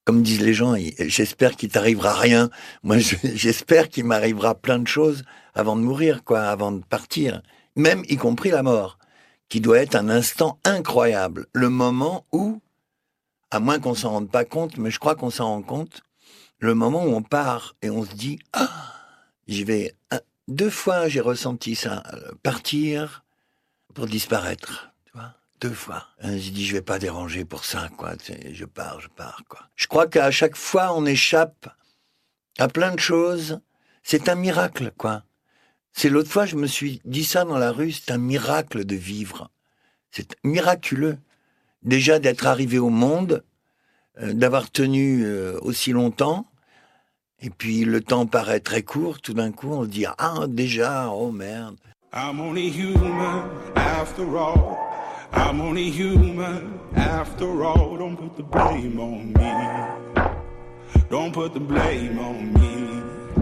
comme disent les gens, j'espère qu'il t'arrivera rien. Moi, j'espère qu'il m'arrivera plein de choses avant de mourir, quoi, avant de partir. Même y compris la mort, qui doit être un instant incroyable. Le moment où, à moins qu'on s'en rende pas compte, mais je crois qu'on s'en rend compte, le moment où on part et on se dit « Ah, j'y vais ». 2 fois, j'ai ressenti ça, partir pour disparaître, tu vois, 2 fois. J'ai dit « Je vais pas déranger pour ça, quoi, je pars, quoi ». Je crois qu'à chaque fois, on échappe à plein de choses. C'est un miracle, quoi. C'est l'autre fois, je me suis dit ça dans la rue, c'est un miracle de vivre. C'est miraculeux. Déjà d'être arrivé au monde, d'avoir tenu aussi longtemps, et puis le temps paraît très court, tout d'un coup on se dit « Ah, déjà, oh merde ». I'm only human after all. I'm only human after all. Don't put the blame on me. Don't put the blame on me.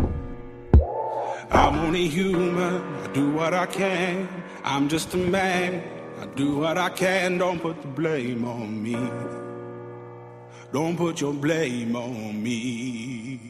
I'm only human, I do what I can. I'm just a man, I do what I can. Don't put the blame on me. Don't put your blame on me.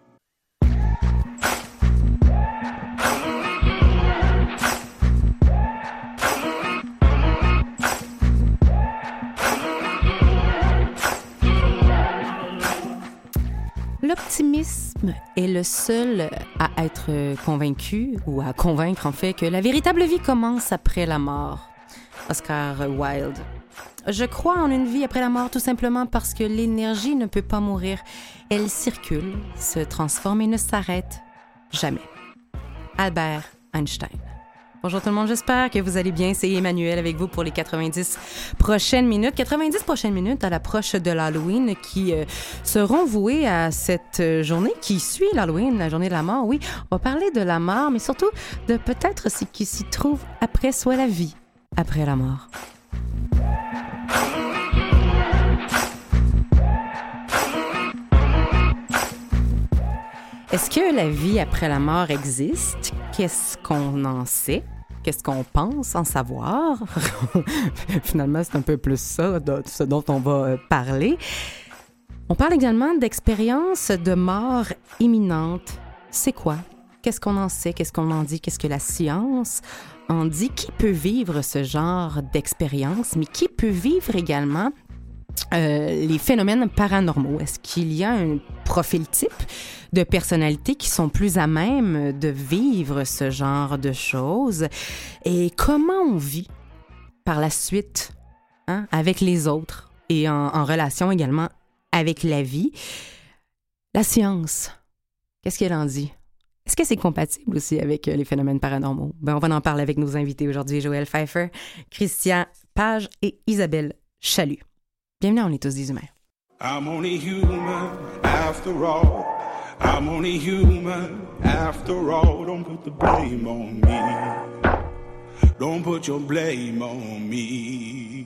L'optimisme est le seul à être convaincu, ou à convaincre en fait, que la véritable vie commence après la mort. Oscar Wilde. Je crois en une vie après la mort tout simplement parce que l'énergie ne peut pas mourir. Elle circule, se transforme et ne s'arrête jamais. Albert Einstein. Bonjour tout le monde, j'espère que vous allez bien. C'est Emmanuel avec vous pour les 90 prochaines minutes. 90 prochaines minutes à l'approche de l'Halloween qui seront vouées à cette journée qui suit l'Halloween, la journée de la mort. Oui, on va parler de la mort, mais surtout de peut-être ce qui s'y trouve après, soit la vie après la mort. Est-ce que la vie après la mort existe? Qu'est-ce qu'on en sait? Qu'est-ce qu'on pense en savoir? Finalement, c'est un peu plus ça, ce dont on va parler. On parle également d'expériences de mort imminente. C'est quoi? Qu'est-ce qu'on en sait? Qu'est-ce qu'on en dit? Qu'est-ce que la science en dit? Qui peut vivre ce genre d'expérience? Mais qui peut vivre également les phénomènes paranormaux? Est-ce qu'il y a un profil type de personnalités qui sont plus à même de vivre ce genre de choses? Et comment on vit par la suite avec les autres et en relation également avec la vie? La science, qu'est-ce qu'elle en dit? Est-ce que c'est compatible aussi avec les phénomènes paranormaux? On va en parler avec nos invités aujourd'hui, Joël Pfeiffer, Christian Page et Isabelle Chalut. Bienvenue à On est tous des humains. I'm only human after all. I'm only human after all. Don't put the blame on me. Don't put your blame on me.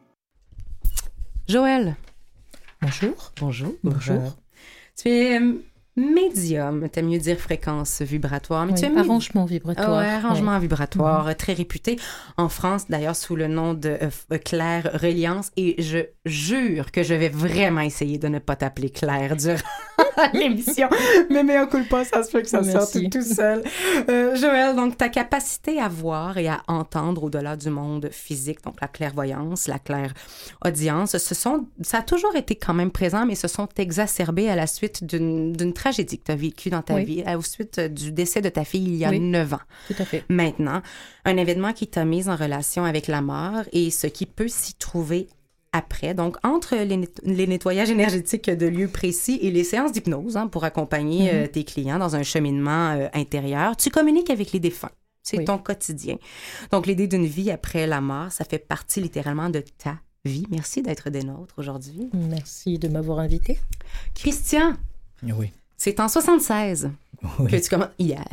Joël. Bonjour. Bonjour. Bonjour. Tu es médium, t'aimes mieux dire fréquence vibratoire. Mais oui, tu es arrangement vibratoire. Arrangement vibratoire, très réputé en France, d'ailleurs sous le nom de Claire Reliance. Et je jure que je vais vraiment essayer de ne pas t'appeler Claire durant l'émission. Mais mea culpa, ça se fait que ça sorte tout seul. Joël, donc ta capacité à voir et à entendre au-delà du monde physique, donc la clairvoyance, la clairaudience, ça a toujours été quand même présent, mais se sont exacerbés à la suite d'une tragédie que tu as vécue dans ta vie, à la suite du décès de ta fille il y a 9 ans. Tout à fait. Maintenant, un événement qui t'a mise en relation avec la mort et ce qui peut s'y trouver après. Donc, entre les nettoyages énergétiques de lieux précis et les séances d'hypnose pour accompagner tes clients dans un cheminement intérieur, tu communiques avec les défunts. C'est ton quotidien. Donc, l'idée d'une vie après la mort, ça fait partie littéralement de ta vie. Merci d'être des nôtres aujourd'hui. Merci de m'avoir invité. Christian. Oui. C'est en 76 que tu commences... Hier.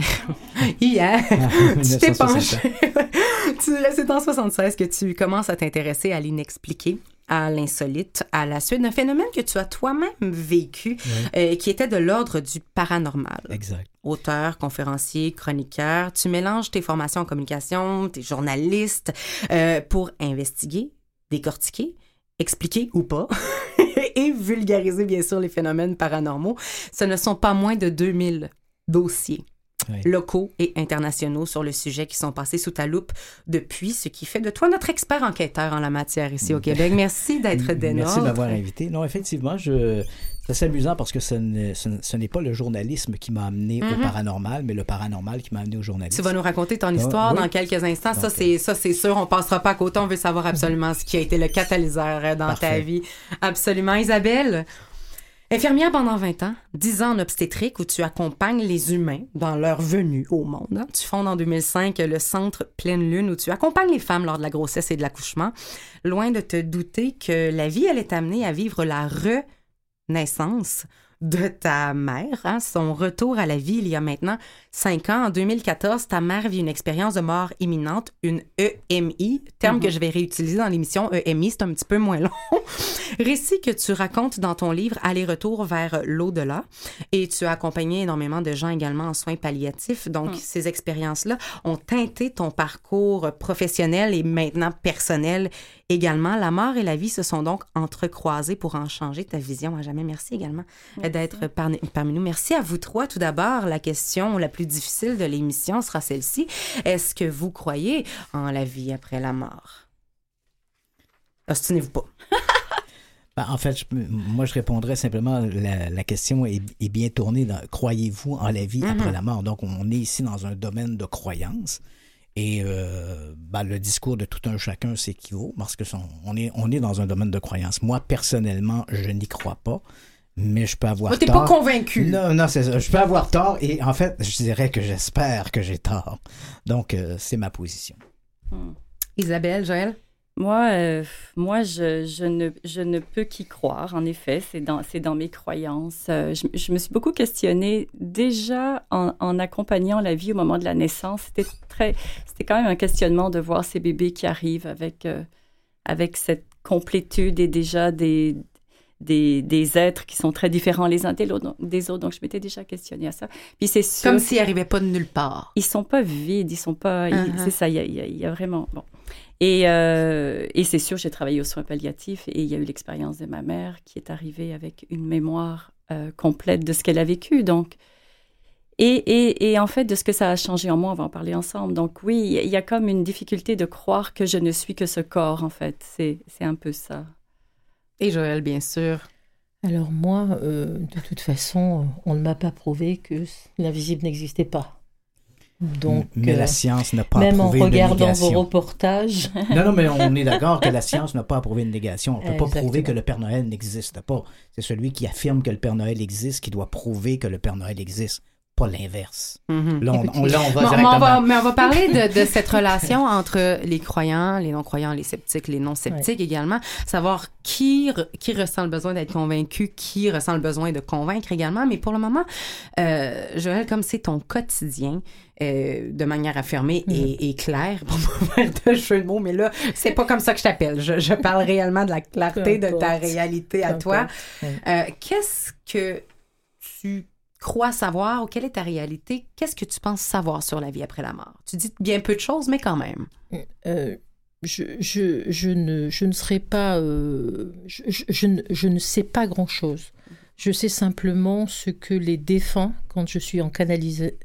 Tu t'es penché. C'est en 76 que tu commences à t'intéresser à l'inexpliqué, à l'insolite, à la suite d'un phénomène que tu as toi-même vécu, qui était de l'ordre du paranormal. Exact. Auteur, conférencier, chroniqueur, tu mélanges tes formations en communication, t'es journaliste, pour investiguer, décortiquer, expliquer ou pas, et vulgariser, bien sûr, les phénomènes paranormaux. Ce ne sont pas moins de 2000 dossiers locaux et internationaux sur le sujet qui sont passés sous ta loupe depuis, ce qui fait de toi notre expert enquêteur en la matière ici au Québec. Merci d'être des nôtres. Merci de m'avoir invité. Non, effectivement, c'est assez amusant parce que ce n'est pas le journalisme qui m'a amené au paranormal, mais le paranormal qui m'a amené au journalisme. Tu vas nous raconter ton histoire dans quelques instants. Donc, ça, c'est sûr, on passera pas à côté. On veut savoir absolument ce qui a été le catalyseur dans ta vie. Absolument. Isabelle, infirmière pendant 20 ans, 10 ans en obstétrique où tu accompagnes les humains dans leur venue au monde. Tu fondes en 2005 le Centre Pleine Lune où tu accompagnes les femmes lors de la grossesse et de l'accouchement. Loin de te douter que la vie allait t'amener à vivre la renaissance de ta mère, son retour à la vie il y a maintenant 5 ans. En 2014, ta mère vit une expérience de mort imminente, une EMI, terme que je vais réutiliser dans l'émission. EMI, c'est un petit peu moins long. Récit que tu racontes dans ton livre Aller-retour vers l'au-delà. Et tu as accompagné énormément de gens également en soins palliatifs. Donc, ces expériences-là ont teinté ton parcours professionnel et maintenant personnel également. La mort et la vie se sont donc entrecroisées pour en changer ta vision à jamais. Merci également d'être parmi nous. Merci à vous trois. Tout d'abord, la question la plus difficile de l'émission sera celle-ci. Est-ce que vous croyez en la vie après la mort? Ostinez-vous pas. En fait, moi, je répondrais simplement, la question est bien tournée dans « Croyez-vous en la vie après la mort? » Donc, on est ici dans un domaine de croyance. Et le discours de tout un chacun s'équivaut parce que on est dans un domaine de croyance. Moi, personnellement, je n'y crois pas. Mais je peux avoir tort. T'es pas convaincu. Non, c'est ça. Je peux avoir tort et en fait, je dirais que j'espère que j'ai tort. Donc, c'est ma position. Isabelle, Joël? Moi, je ne peux qu'y croire. En effet, c'est dans mes croyances. Je me suis beaucoup questionnée déjà en accompagnant la vie au moment de la naissance. C'était quand même un questionnement de voir ces bébés qui arrivent avec cette complétude et déjà des êtres qui sont très différents les uns des autres. Donc, je m'étais déjà questionnée à ça. Puis c'est sûr... Comme s'ils n'arrivaient pas de nulle part. Ils sont pas vides, ils sont pas... c'est ça, il y a vraiment... Bon. Et c'est sûr, j'ai travaillé aux soins palliatifs et il y a eu l'expérience de ma mère qui est arrivée avec une mémoire complète de ce qu'elle a vécu. Donc, et en fait, de ce que ça a changé en moi, on va en parler ensemble. Donc oui, il y a comme une difficulté de croire que je ne suis que ce corps, en fait. C'est un peu ça. Et Joël, bien sûr. Alors moi, de toute façon, on ne m'a pas prouvé que l'invisible n'existait pas. Donc, mais la science n'a pas même approuvé en une regardant négation. vos reportages. Non, mais on est d'accord que la science n'a pas approuvé une négation. On ne peut pas Exactement. prouver que le Père Noël n'existe pas. C'est celui qui affirme que le Père Noël existe qui doit prouver que le Père Noël existe, pas l'inverse. Là, on va directement... Mais on va parler de cette relation entre les croyants, les non-croyants, les sceptiques, les non-sceptiques également. Savoir qui ressent le besoin d'être convaincu, qui ressent le besoin de convaincre également. Mais pour le moment, Joël, comme c'est ton quotidien, de manière affirmée et claire, pour pas faire de jeu de mots, mais là, c'est pas comme ça que je t'appelle. Je parle réellement de la clarté de ta réalité à toi. Qu'est-ce que tu crois savoir ou quelle est ta réalité? Qu'est-ce que tu penses savoir sur la vie après la mort? Tu dis bien peu de choses, mais quand même. Je ne serai pas... je ne sais pas grand-chose. Je sais simplement ce que les défunts, quand je suis en canalisation,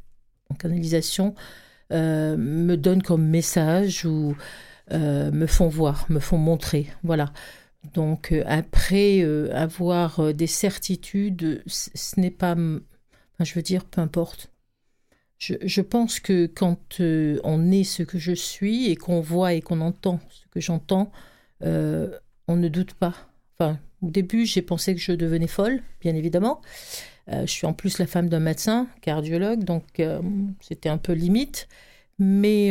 me donnent comme message ou me font voir, me font montrer. Voilà. Donc, après avoir des certitudes, ce n'est pas... je veux dire, peu importe. Je pense que quand on est ce que je suis et qu'on voit et qu'on entend ce que j'entends, on ne doute pas. Enfin, au début, j'ai pensé que je devenais folle, bien évidemment. Je suis en plus la femme d'un médecin, cardiologue, donc c'était un peu limite. Mais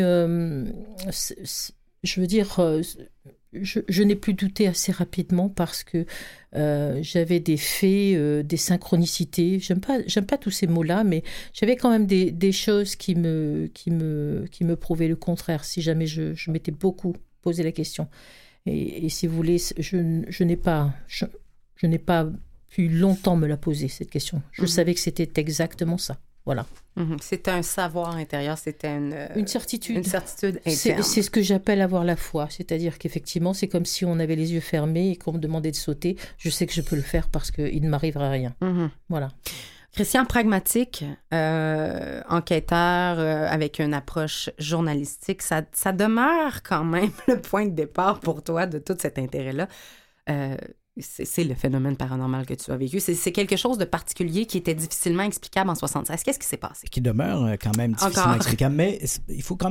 je veux dire, je n'ai plus douté assez rapidement parce que j'avais des faits, des synchronicités. J'aime pas tous ces mots-là, mais j'avais quand même des choses qui me prouvaient le contraire, si jamais je m'étais beaucoup posé la question. Et si vous voulez, je n'ai pas pu longtemps me la poser, cette question. Je savais que c'était exactement ça. Voilà. C'est un savoir intérieur, c'était une certitude. Une certitude interne. C'est ce que j'appelle avoir la foi. C'est-à-dire qu'effectivement, c'est comme si on avait les yeux fermés et qu'on me demandait de sauter. Je sais que je peux le faire parce qu'il ne m'arrivera rien. Voilà. Christian, pragmatique, enquêteur avec une approche journalistique, ça demeure quand même le point de départ pour toi de tout cet intérêt-là. C'est le phénomène paranormal que tu as vécu. C'est quelque chose de particulier qui était difficilement explicable en 1976. Qu'est-ce qui s'est passé? Qui demeure quand même difficilement explicable. Mais il faut quand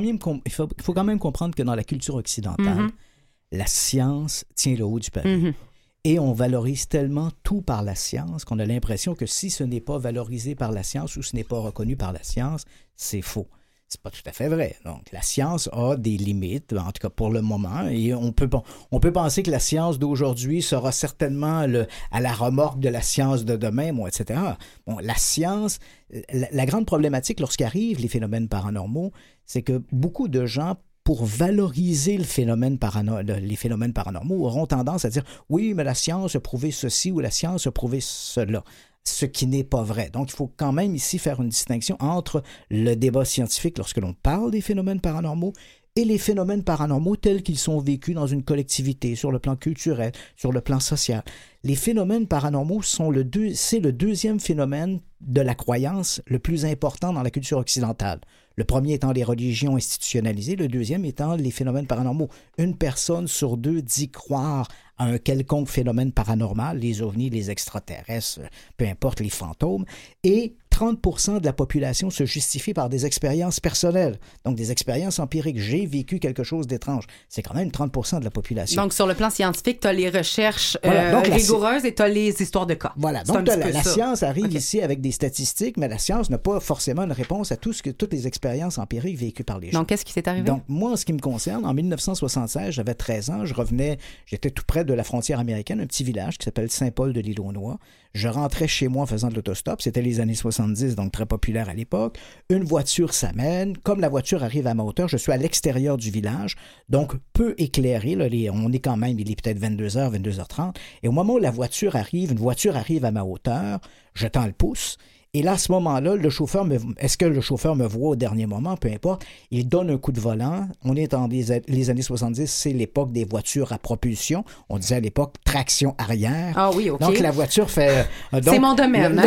même comprendre que dans la culture occidentale, la science tient le haut du pavé. Et on valorise tellement tout par la science qu'on a l'impression que si ce n'est pas valorisé par la science ou ce n'est pas reconnu par la science, c'est faux. C'est pas tout à fait vrai. Donc, la science a des limites, en tout cas pour le moment, et on peut penser que la science d'aujourd'hui sera certainement à la remorque de la science de demain, etc. Bon, la science, la grande problématique lorsqu'arrivent les phénomènes paranormaux, c'est que beaucoup de gens, pour valoriser les phénomènes paranormaux, auront tendance à dire « Oui, mais la science a prouvé ceci ou la science a prouvé cela ». Ce qui n'est pas vrai. Donc, il faut quand même ici faire une distinction entre le débat scientifique lorsque l'on parle des phénomènes paranormaux et les phénomènes paranormaux tels qu'ils sont vécus dans une collectivité, sur le plan culturel, sur le plan social. Les phénomènes paranormaux c'est le deuxième phénomène de la croyance le plus important dans la culture occidentale. Le premier étant les religions institutionnalisées, le deuxième étant les phénomènes paranormaux. Une personne sur deux dit croire à un quelconque phénomène paranormal, les ovnis, les extraterrestres, peu importe, les fantômes, et 30% de la population se justifie par des expériences personnelles, donc des expériences empiriques. J'ai vécu quelque chose d'étrange. C'est quand même 30% de la population. Donc, sur le plan scientifique, tu as les recherches rigoureuses et tu as les histoires de cas. Voilà, donc la science arrive ici avec des statistiques, mais la science n'a pas forcément une réponse à toutes les expériences empiriques vécues par les gens. Donc, qu'est-ce qui s'est arrivé? Donc, moi, en ce qui me concerne, en 1976, j'avais 13 ans, j'étais tout près de la frontière américaine, un petit village qui s'appelle Saint-Paul de l'Île-aux-Noix. Je rentrais chez moi en faisant de l'autostop. C'était les années 70, donc très populaire à l'époque. Une voiture s'amène. Comme la voiture arrive à ma hauteur, je suis à l'extérieur du village, donc peu éclairé. Là, il est peut-être 22h, 22h30. Et au moment où une voiture arrive à ma hauteur, je tends le pouce. Et là, à ce moment-là, est-ce que le chauffeur me voit au dernier moment? Peu importe. Il donne un coup de volant. On est dans les années 70, c'est l'époque des voitures à propulsion. On disait à l'époque traction arrière. Ah oui, OK. Donc, la voiture fait... c'est mon domaine.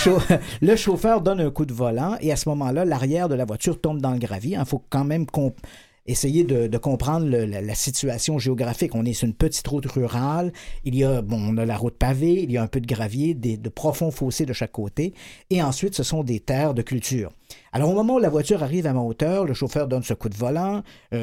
Le chauffeur donne un coup de volant et à ce moment-là, l'arrière de la voiture tombe dans le gravier. Il faut quand même essayer de comprendre la situation géographique. On est sur une petite route rurale. On a la route pavée, il y a un peu de gravier, de profonds fossés de chaque côté. Et ensuite, ce sont des terres de culture. Alors, au moment où la voiture arrive à ma hauteur, le chauffeur donne ce coup de volant.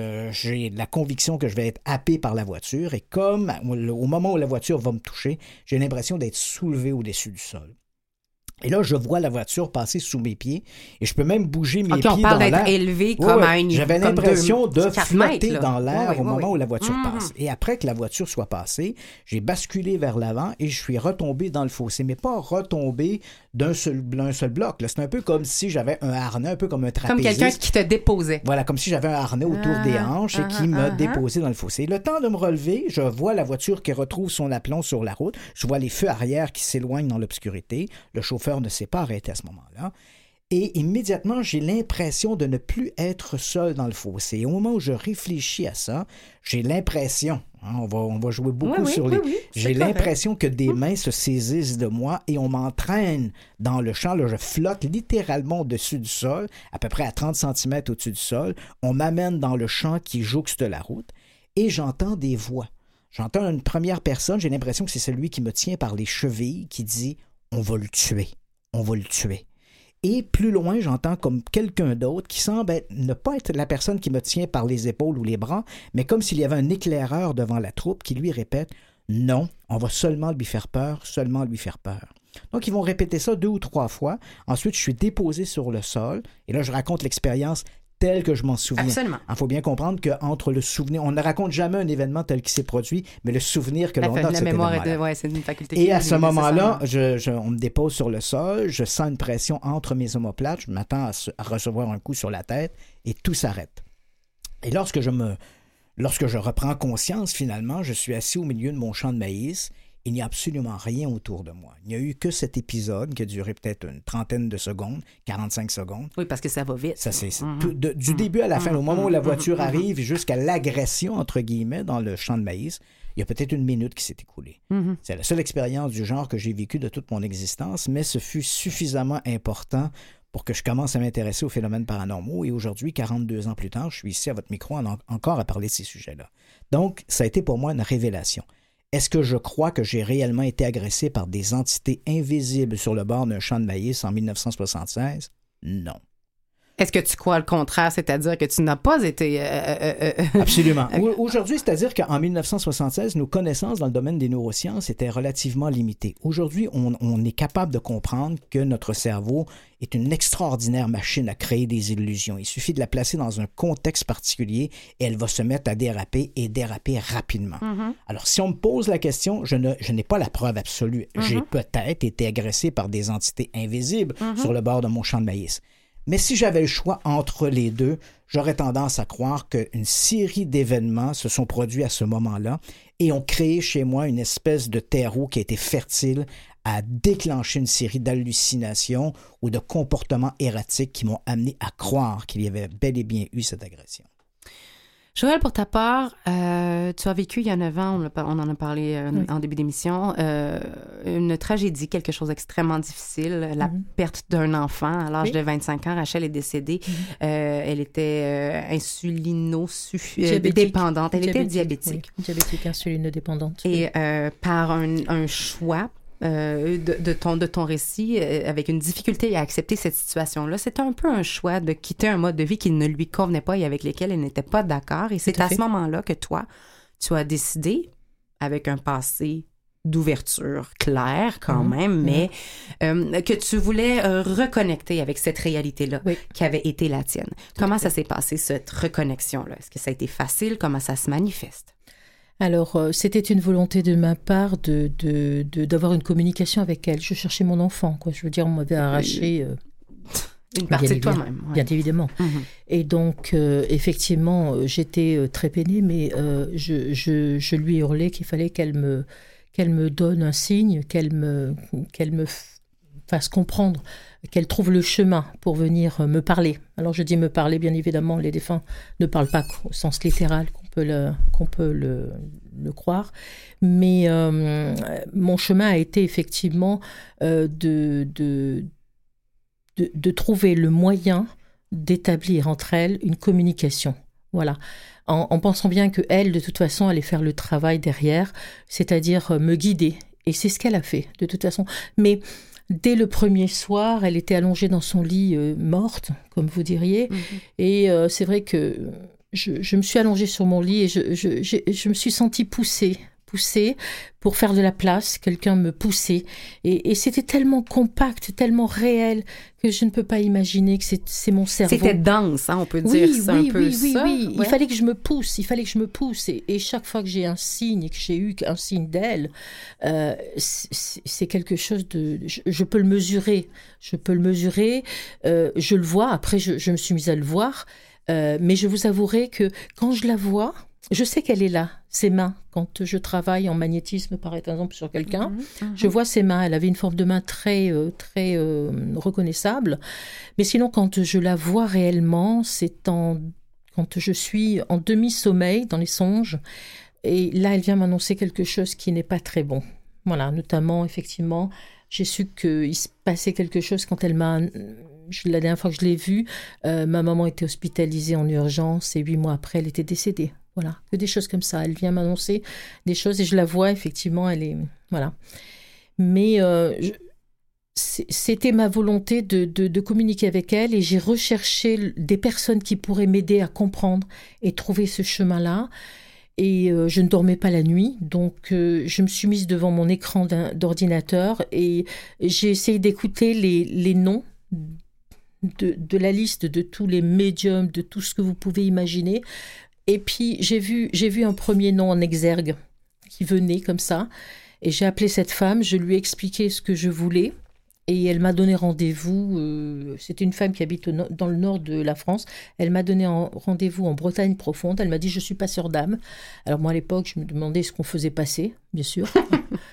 J'ai la conviction que je vais être happé par la voiture. Et comme au moment où la voiture va me toucher, j'ai l'impression d'être soulevé au-dessus du sol. Et là, je vois la voiture passer sous mes pieds et je peux même bouger mes pieds dans l'air. On parle d'être élevé comme à une... J'avais l'impression de flotter dans l'air au moment où la voiture Mm-hmm. passe. Et après que la voiture soit passée, j'ai basculé vers l'avant et je suis retombé dans le fossé. Mais pas retombé d'un seul bloc. Là. C'est un peu comme si j'avais un harnais, un peu comme un trapéziste. Comme quelqu'un qui te déposait. Voilà, comme si j'avais un harnais autour des hanches et qui me déposait dans le fossé. Le temps de me relever, je vois la voiture qui retrouve son aplomb sur la route. Je vois les feux arrière qui s'éloignent dans l'obscurité. Le chauffeur ne s'est pas arrêté à ce moment-là. Et immédiatement, j'ai l'impression de ne plus être seul dans le fossé. Et au moment où je réfléchis à ça, j'ai l'impression, on va jouer beaucoup sur les... J'ai l'impression que des mains se saisissent de moi et on m'entraîne dans le champ. Là, je flotte littéralement au-dessus du sol, à peu près à 30 cm au-dessus du sol. On m'amène dans le champ qui jouxte la route et j'entends des voix. J'entends une première personne, j'ai l'impression que c'est celui qui me tient par les chevilles, qui dit « On va le tuer, on va le tuer ». Et plus loin, j'entends comme quelqu'un d'autre qui semble ne pas être la personne qui me tient par les épaules ou les bras, mais comme s'il y avait un éclaireur devant la troupe qui lui répète « Non, on va seulement lui faire peur, seulement lui faire peur ». Donc, ils vont répéter ça 2 ou 3 fois. Ensuite, je suis déposé sur le sol. Et là, je raconte l'expérience telle que je m'en souviens. Absolument. Il faut bien comprendre qu'entre le souvenir... On ne raconte jamais un événement tel qu'il s'est produit, mais le souvenir que l'on a de cet mémoire événement-là. c'est une faculté. Et à ce moment-là, on me dépose sur le sol, je sens une pression entre mes omoplates, je m'attends à recevoir un coup sur la tête et tout s'arrête. Et lorsque je reprends conscience, finalement, je suis assis au milieu de mon champ de maïs Il n'y a absolument rien autour de moi. Il n'y a eu que cet épisode qui a duré peut-être une trentaine de secondes, 45 secondes. Oui, parce que ça va vite. Ça, c'est du début à la fin, au moment où la voiture arrive jusqu'à l'agression, entre guillemets, dans le champ de maïs, il y a peut-être une minute qui s'est écoulée. C'est la seule expérience du genre que j'ai vécue de toute mon existence, mais ce fut suffisamment important pour que je commence à m'intéresser aux phénomènes paranormaux. Et aujourd'hui, 42 ans plus tard, je suis ici à votre micro encore à parler de ces sujets-là. Donc, ça a été pour moi une révélation. Est-ce que je crois que j'ai réellement été agressé par des entités invisibles sur le bord d'un champ de maïs en 1976? Non. Est-ce que tu crois le contraire, c'est-à-dire que tu n'as pas été... Absolument. Aujourd'hui, c'est-à-dire qu'en 1976, nos connaissances dans le domaine des neurosciences étaient relativement limitées. Aujourd'hui, on est capable de comprendre que notre cerveau est une extraordinaire machine à créer des illusions. Il suffit de la placer dans un contexte particulier et elle va se mettre à déraper et déraper rapidement. Alors, si on me pose la question, je n'ai pas la preuve absolue. J'ai peut-être été agressé par des entités invisibles sur le bord de mon champ de maïs. Mais si j'avais le choix entre les deux, j'aurais tendance à croire qu'une série d'événements se sont produits à ce moment-là et ont créé chez moi une espèce de terreau qui a été fertile à déclencher une série d'hallucinations ou de comportements erratiques qui m'ont amené à croire qu'il y avait bel et bien eu cette agression. Joël, pour ta part, tu as vécu il y a 9 ans, on en a parlé en début d'émission, une tragédie, quelque chose d'extrêmement difficile, la perte d'un enfant à l'âge de 25 ans. Rachel est décédée. Elle était insulino-dépendante. Elle était diabétique. Oui. Diabétique, insulino-dépendante. Et par un choix de ton récit, avec une difficulté à accepter cette situation-là, c'était un peu un choix de quitter un mode de vie qui ne lui convenait pas et avec lequel elle n'était pas d'accord. Et c'est à ce moment-là que toi, tu as décidé, avec un passé d'ouverture claire quand même, mais que tu voulais reconnecter avec cette réalité-là qui avait été la tienne. Comment ça s'est passé, cette reconnexion-là? Est-ce que ça a été facile? Comment ça se manifeste? Alors, c'était une volonté de ma part d'avoir une communication avec elle. Je cherchais mon enfant, quoi. Je veux dire, on m'avait arraché... une partie de toi-même. Bien évidemment. Et donc, effectivement, j'étais très peinée, mais je lui hurlais qu'il fallait qu'elle me donne un signe, qu'elle me fasse comprendre, qu'elle trouve le chemin pour venir me parler. Alors, je dis me parler, bien évidemment, les défunts ne parlent pas au sens littéral qu'on peut le croire. Mais mon chemin a été effectivement de trouver le moyen d'établir entre elles une communication. Voilà. En pensant bien qu'elle, de toute façon, allait faire le travail derrière, c'est-à-dire me guider. Et c'est ce qu'elle a fait, de toute façon. Mais dès le premier soir, elle était allongée dans son lit, morte, comme vous diriez. Et c'est vrai que je me suis allongée sur mon lit et je me suis sentie poussée pour faire de la place, quelqu'un me poussait. Et c'était tellement compact, tellement réel, que je ne peux pas imaginer que c'est mon cerveau. C'était dense, hein, on peut dire, c'est un peu ça. Oui, il fallait que je me pousse, Et chaque fois que j'ai un signe, et que j'ai eu un signe d'elle, c'est quelque chose de... Je peux le mesurer, je le vois, après je me suis mise à le voir, mais je vous avouerai que quand je la vois, je sais qu'elle est là, ses mains. Quand je travaille en magnétisme, par exemple, sur quelqu'un, je vois ses mains. Elle avait une forme de main très reconnaissable. Mais sinon, quand je la vois réellement, quand je suis en demi-sommeil, dans les songes. Et là, elle vient m'annoncer quelque chose qui n'est pas très bon. Voilà, notamment, effectivement, j'ai su qu'il se passait quelque chose quand elle m'a... La dernière fois que je l'ai vue, ma maman était hospitalisée en urgence et 8 mois après, elle était décédée. Voilà, que des choses comme ça. Elle vient m'annoncer des choses et je la vois, effectivement, elle est... Voilà. Mais c'était ma volonté de communiquer avec elle et j'ai recherché des personnes qui pourraient m'aider à comprendre et trouver ce chemin-là. Et je ne dormais pas la nuit, donc je me suis mise devant mon écran d'ordinateur et j'ai essayé d'écouter les noms de la liste de tous les médiums, de tout ce que vous pouvez imaginer. Et puis, j'ai vu un premier nom en exergue qui venait comme ça. Et j'ai appelé cette femme, je lui ai expliqué ce que je voulais. Et elle m'a donné rendez-vous. C'était une femme qui habite dans le nord de la France. Elle m'a donné rendez-vous en Bretagne profonde. Elle m'a dit, je suis passeur d'âme. Alors moi, à l'époque, je me demandais ce qu'on faisait passer, bien sûr.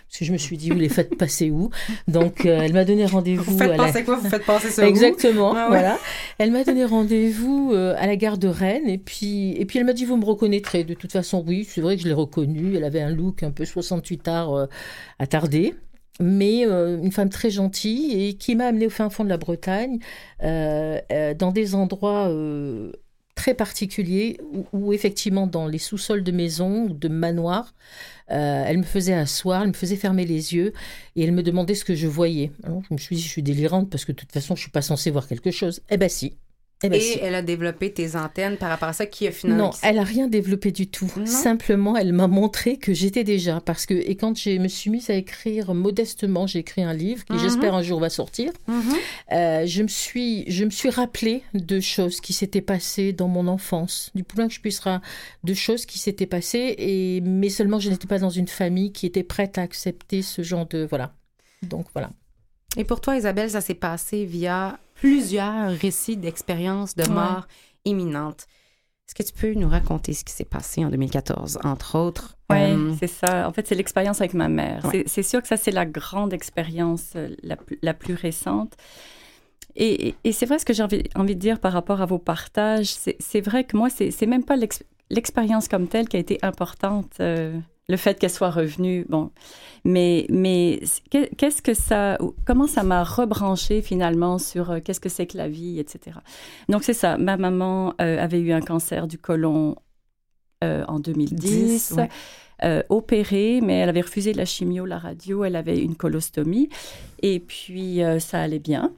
parce que je me suis dit, vous les faites passer où? Donc, elle m'a donné rendez-vous. Vous faites passer quoi? Vous faites passer ça où? Exactement, Ah ouais. voilà. Elle m'a donné rendez-vous à la gare de Rennes, et puis elle m'a dit, vous me reconnaîtrez. De toute façon, oui, c'est vrai que je l'ai reconnue. Elle avait un look un peu 68 arts attardé. Mais une femme très gentille et qui m'a amenée au fin fond de la Bretagne, dans des endroits très particuliers où effectivement dans les sous-sols de maisons ou de manoirs, elle me faisait asseoir, elle me faisait fermer les yeux et elle me demandait ce que je voyais. Alors, je me suis dit, je suis délirante parce que de toute façon, je ne suis pas censée voir quelque chose. Eh ben si. Et elle a développé tes antennes par rapport à ça qui a finalement... Non, elle n'a rien développé du tout. Non. Simplement, elle m'a montré que j'étais déjà. Et quand je me suis mise à écrire modestement, j'ai écrit un livre qui, j'espère, un jour va sortir. Je me suis rappelé de choses qui s'étaient passées dans mon enfance, du plus loin que je puisse de choses qui s'étaient passées, mais seulement je n'étais pas dans une famille qui était prête à accepter ce genre de... Voilà. Donc, voilà. Et pour toi, Isabelle, ça s'est passé via plusieurs récits d'expériences de mort imminente. Est-ce que tu peux nous raconter ce qui s'est passé en 2014, entre autres? Oui, c'est ça. En fait, c'est l'expérience avec ma mère. Ouais. C'est sûr que ça, c'est la grande expérience la plus récente. Et c'est vrai ce que j'ai envie de dire par rapport à vos partages. C'est vrai que moi, c'est même pas l'expérience comme telle qui a été importante. Le fait qu'elle soit revenue, bon. Mais qu'est-ce que comment ça m'a rebranché finalement sur qu'est-ce que c'est que la vie, etc. Donc c'est ça, ma maman avait eu un cancer du côlon en 2010, opérée, mais elle avait refusé la chimio, la radio, elle avait une colostomie, et puis ça allait bien.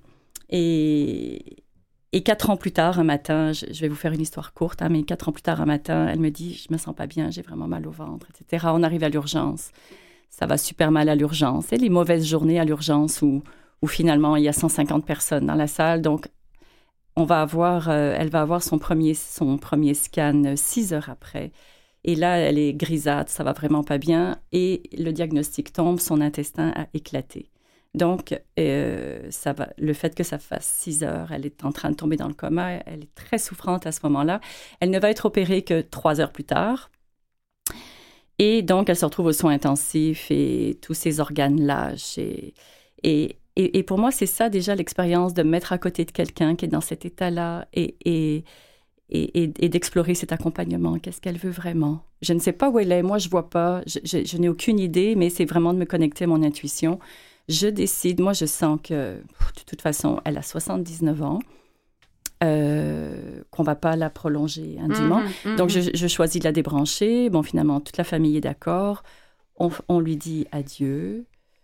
Et 4 ans plus tard, un matin, je vais vous faire une histoire courte, mais 4 ans plus tard, un matin, elle me dit « Je me sens pas bien, j'ai vraiment mal au ventre, etc. » On arrive à l'urgence. Ça va super mal à l'urgence. Et les mauvaises journées à l'urgence où finalement, il y a 150 personnes dans la salle. Donc, elle va avoir son premier scan 6 heures après. Et là, elle est grisâtre, ça va vraiment pas bien. Et le diagnostic tombe, son intestin a éclaté. Donc, le fait que ça fasse 6 heures, elle est en train de tomber dans le coma, elle est très souffrante à ce moment-là. Elle ne va être opérée que 3 heures plus tard. Et donc, elle se retrouve aux soins intensifs et tous ses organes lâchent. Et pour moi, c'est ça déjà l'expérience de me mettre à côté de quelqu'un qui est dans cet état-là et d'explorer cet accompagnement. Qu'est-ce qu'elle veut vraiment? Je ne sais pas où elle est. Moi, je ne vois pas. Je n'ai aucune idée, mais c'est vraiment de me connecter à mon intuition. Je décide, moi je sens que, de toute façon, elle a 79 ans, qu'on ne va pas la prolonger indûment. Donc je choisis de la débrancher. Bon, finalement, toute la famille est d'accord. On lui dit adieu.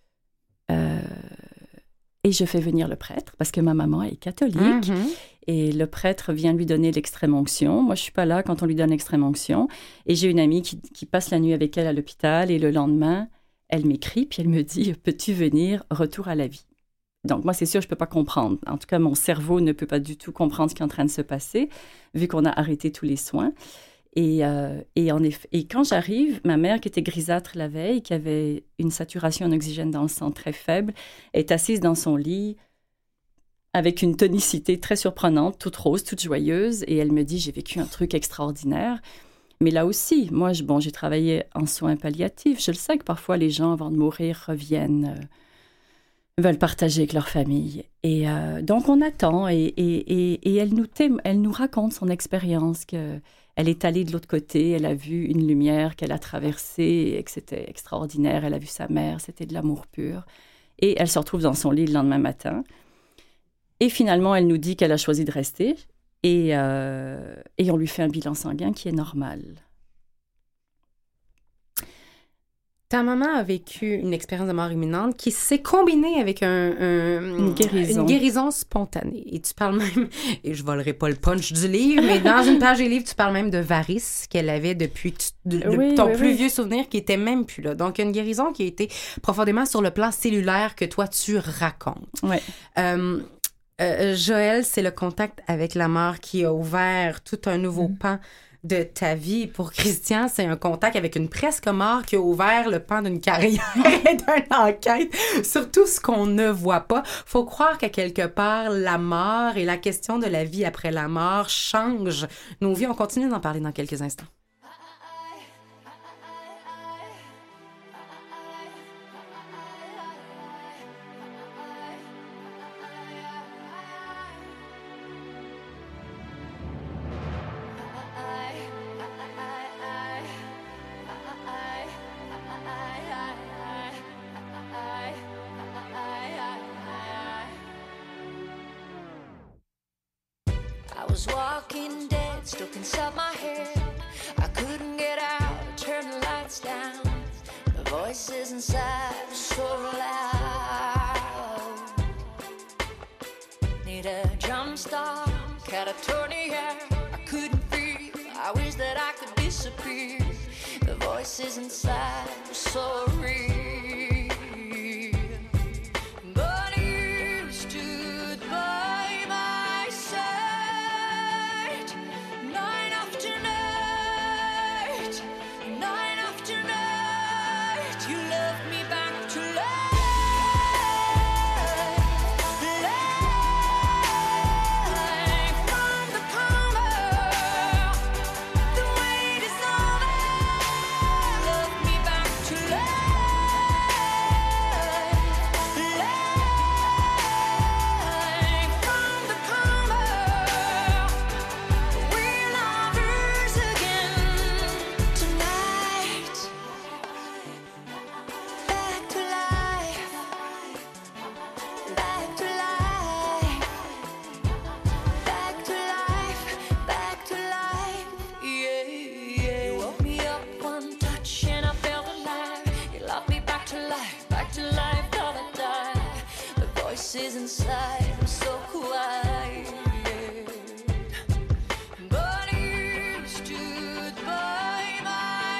Et je fais venir le prêtre, parce que ma maman est catholique. Et le prêtre vient lui donner l'extrême-onction. Moi, je ne suis pas là quand on lui donne l'extrême-onction. Et j'ai une amie qui passe la nuit avec elle à l'hôpital. Et le lendemain, elle m'écrit, puis elle me dit « Peux-tu venir? Retour à la vie. » Donc, moi, c'est sûr, je ne peux pas comprendre. En tout cas, mon cerveau ne peut pas du tout comprendre ce qui est en train de se passer, vu qu'on a arrêté tous les soins. Et en effet, et quand j'arrive, ma mère, qui était grisâtre la veille, qui avait une saturation en oxygène dans le sang très faible, est assise dans son lit avec une tonicité très surprenante, toute rose, toute joyeuse. Et elle me dit « J'ai vécu un truc extraordinaire. » Mais là aussi, moi, j'ai travaillé en soins palliatifs. Je le sais que parfois, les gens, avant de mourir, reviennent, veulent partager avec leur famille. Et donc, on attend. Et elle nous raconte son expérience, qu'elle est allée de l'autre côté, elle a vu une lumière qu'elle a traversée et que c'était extraordinaire. Elle a vu sa mère, c'était de l'amour pur. Et elle se retrouve dans son lit le lendemain matin. Et finalement, elle nous dit qu'elle a choisi de rester. Et on lui fait un bilan sanguin qui est normal. Ta maman a vécu une expérience de mort imminente qui s'est combinée avec une guérison spontanée. Et tu parles même, et je volerai pas le punch du livre, mais dans une page du livre, tu parles même de varices qu'elle avait depuis ton plus vieux souvenir qui était même plus là. Donc, une guérison qui a été profondément sur le plan cellulaire que toi, tu racontes. Ouais. Joël, c'est le contact avec la mort qui a ouvert tout un nouveau pan de ta vie. Pour Christian, c'est un contact avec une presque mort qui a ouvert le pan d'une carrière et d'une enquête sur tout ce qu'on ne voit pas. Faut croire qu'à quelque part, la mort et la question de la vie après la mort changent nos vies. On continue d'en parler dans quelques instants. was walking dead, stuck inside my head. I couldn't get out, turn the lights down. The voices inside were so loud. Need a jump start, catatonia. I couldn't feel, I wish that I could disappear. The voices inside were so real. But you stood by my side, night after night, night after night. You loved me back to life, life from the coma. The wait is over. Love me back to life, life from the coma. We're lovers again tonight. Back to life, back to life, back to life, back to life. Yeah, yeah. You woke me up one touch and I felt alive. You loved me back to life, till I die. The voices inside were so quiet. But you stood by my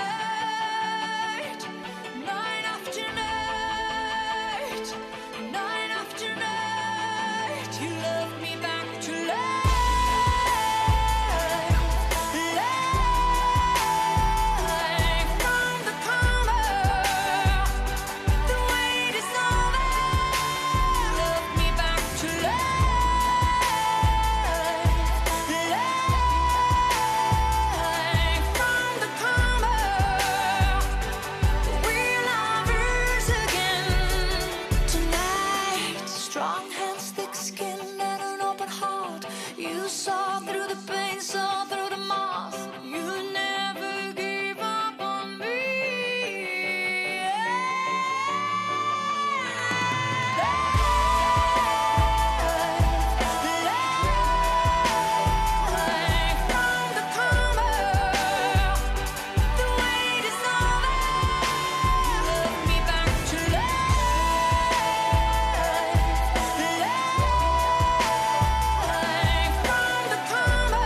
side, night after night, night after night. You loved me back to life, life from the coma. The wait is over. Love me back to life, life from the coma. We're lovers again tonight. Strong hands, thick skin, and an open heart. You saw through the pain, saw through the moss. You never gave up on me. Life from the coma. The wait is over. Love me back to life, life from the coma.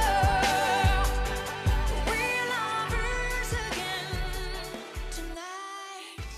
We're lovers again tonight.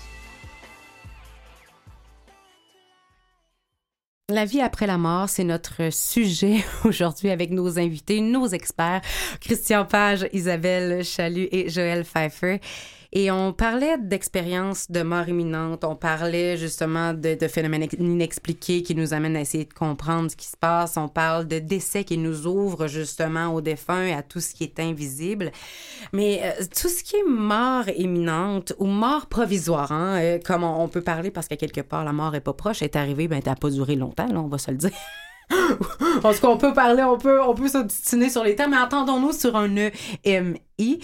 La vie après la mort, c'est notre sujet aujourd'hui avec nos invités, nos experts, Christian Page, Isabelle Chalut et Joël Pfeiffer. Et on parlait d'expériences de mort imminente, on parlait justement de phénomènes inexpliqués qui nous amènent à essayer de comprendre ce qui se passe, on parle de décès qui nous ouvrent justement aux défunts et à tout ce qui est invisible. Mais tout ce qui est mort imminente ou mort provisoire, hein, comme on peut parler parce qu'à quelque part la mort est pas proche, est arrivée, ben t'as pas duré longtemps, là, on va se le dire. En tout cas, on peut parler, on peut s'obstiner sur les termes, mais entendons-nous sur un EMI.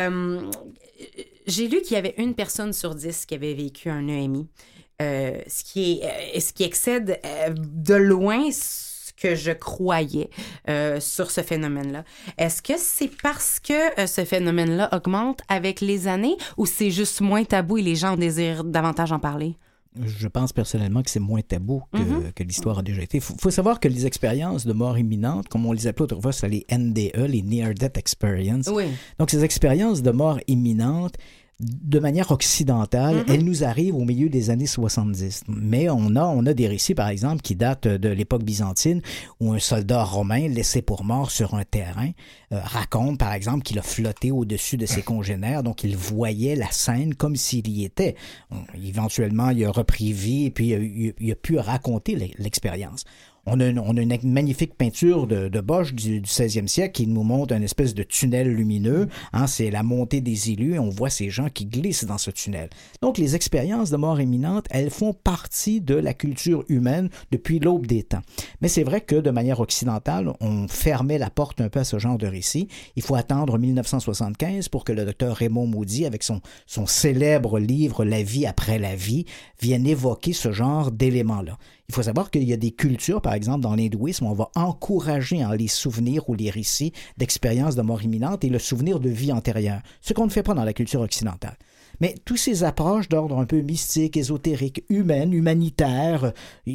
J'ai lu qu'il y avait 1 personne sur 10 qui avait vécu un EMI, ce qui excède de loin ce que je croyais sur ce phénomène-là. Est-ce que c'est parce que ce phénomène-là augmente avec les années ou c'est juste moins tabou et les gens désirent davantage en parler? Je pense personnellement que c'est moins tabou que l'histoire a déjà été. Il faut savoir que les expériences de mort imminente, comme on les appelait autrefois, c'est les NDE, les Near Death Experience. Oui. Donc, ces expériences de mort imminente, de manière occidentale, elles nous arrivent au milieu des années 70. Mais on a des récits, par exemple, qui datent de l'époque byzantine, où un soldat romain laissé pour mort sur un terrain raconte, par exemple, qu'il a flotté au-dessus de ses congénères, donc il voyait la scène comme s'il y était. Éventuellement, il a repris vie et puis il a pu raconter l'expérience. On a une magnifique peinture de Bosch du 16e siècle qui nous montre une espèce de tunnel lumineux. Hein, c'est la montée des élus et on voit ces gens qui glissent dans ce tunnel. Donc, les expériences de mort imminente, elles font partie de la culture humaine depuis l'aube des temps. Mais c'est vrai que de manière occidentale, on fermait la porte un peu à ce genre de récit. Il faut attendre 1975 pour que le docteur Raymond Moody, avec son célèbre livre « La vie après la vie », vienne évoquer ce genre d'éléments-là. Il faut savoir qu'il y a des cultures, par exemple, dans l'hindouisme, on va encourager les souvenirs ou les récits d'expériences de mort imminente et le souvenir de vie antérieure, ce qu'on ne fait pas dans la culture occidentale. Mais toutes ces approches d'ordre un peu mystique, ésotérique, humaine, humanitaire,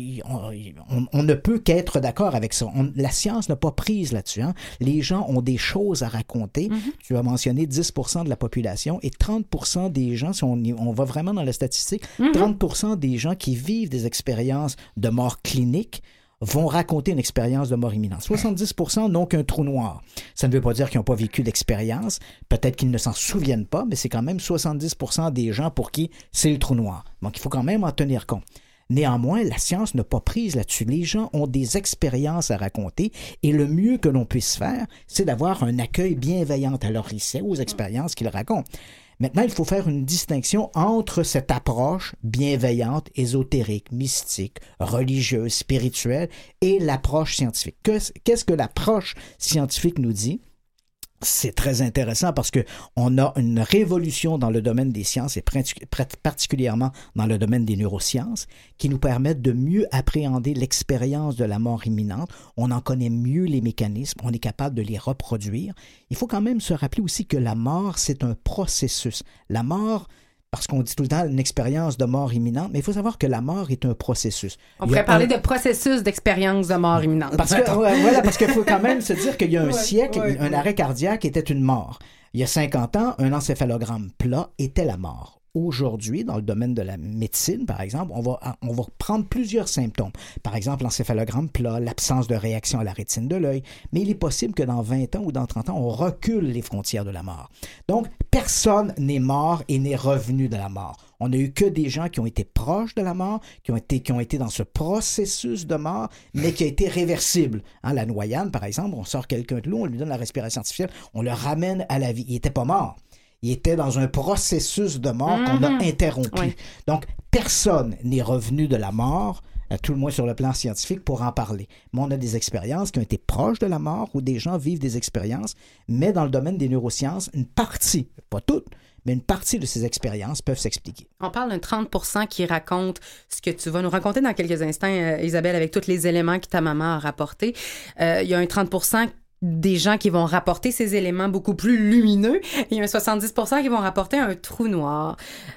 on ne peut qu'être d'accord avec ça. La science n'a pas prise là-dessus. Hein. Les gens ont des choses à raconter. Tu as mentionné 10% de la population et 30% des gens, si on va vraiment dans la statistique, 30% des gens qui vivent des expériences de mort clinique vont raconter une expérience de mort imminente. 70% n'ont qu'un trou noir. Ça ne veut pas dire qu'ils n'ont pas vécu d'expérience. Peut-être qu'ils ne s'en souviennent pas, mais c'est quand même 70% des gens pour qui c'est le trou noir. Donc, il faut quand même en tenir compte. Néanmoins, la science n'a pas prise là-dessus. Les gens ont des expériences à raconter et le mieux que l'on puisse faire, c'est d'avoir un accueil bienveillant à leurs récits, aux expériences qu'ils racontent. Maintenant, il faut faire une distinction entre cette approche bienveillante, ésotérique, mystique, religieuse, spirituelle et l'approche scientifique. Qu'est-ce que l'approche scientifique nous dit? C'est très intéressant parce que on a une révolution dans le domaine des sciences et particulièrement dans le domaine des neurosciences qui nous permettent de mieux appréhender l'expérience de la mort imminente. On en connaît mieux les mécanismes, on est capable de les reproduire. Il faut quand même se rappeler aussi que la mort, c'est un processus. La mort, parce qu'on dit tout le temps une expérience de mort imminente, mais il faut savoir que la mort est un processus. On pourrait parler de processus d'expérience de mort imminente. Parce qu'il faut quand même se dire qu'il y a un siècle, un arrêt cardiaque était une mort. Il y a 50 ans, un encéphalogramme plat était la mort. Aujourd'hui, dans le domaine de la médecine, par exemple, on va prendre plusieurs symptômes. Par exemple, l'encéphalogramme plat, l'absence de réaction à la rétine de l'œil. Mais il est possible que dans 20 ans ou dans 30 ans, on recule les frontières de la mort. Donc, personne n'est mort et n'est revenu de la mort. On n'a eu que des gens qui ont été proches de la mort, qui ont été dans ce processus de mort, mais qui a été réversible. Hein, la noyade, par exemple, on sort quelqu'un de l'eau, on lui donne la respiration artificielle, on le ramène à la vie. Il n'était pas mort. Il était dans un processus de mort qu'on a interrompu. Oui. Donc, personne n'est revenu de la mort, à tout le moins sur le plan scientifique, pour en parler. Mais on a des expériences qui ont été proches de la mort, où des gens vivent des expériences, mais dans le domaine des neurosciences, une partie, pas toutes, mais une partie de ces expériences peuvent s'expliquer. On parle d'un 30% qui raconte ce que tu vas nous raconter dans quelques instants, Isabelle, avec tous les éléments que ta maman a rapportés. Il y a un 30% des gens qui vont rapporter ces éléments beaucoup plus lumineux et il y a un 70% qui vont rapporter un trou noir.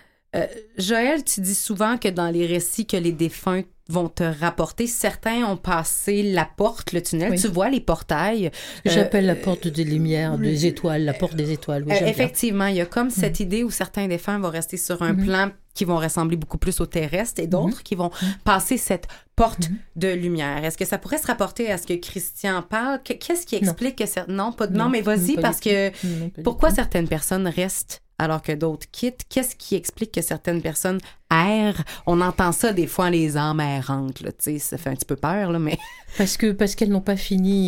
Joël, tu dis souvent que dans les récits que les défunts vont te rapporter, certains ont passé la porte, le tunnel. Oui. Tu vois les portails. J'appelle la porte des lumières, des étoiles, la porte des étoiles. Oui, effectivement, il y a comme cette idée où certains défunts vont rester sur un plan qui vont ressembler beaucoup plus au terrestre et d'autres qui vont passer cette porte de lumière. Est-ce que ça pourrait se rapporter à ce que Christian parle? Qu'est-ce qui explique que non, mais vas-y, parce que pourquoi certaines personnes restent alors que d'autres quittent? Qu'est-ce qui explique que certaines personnes errent? On entend ça des fois, les âmes errantes, là, tu sais, ça fait un petit peu peur, là, mais... Parce qu'elles n'ont pas fini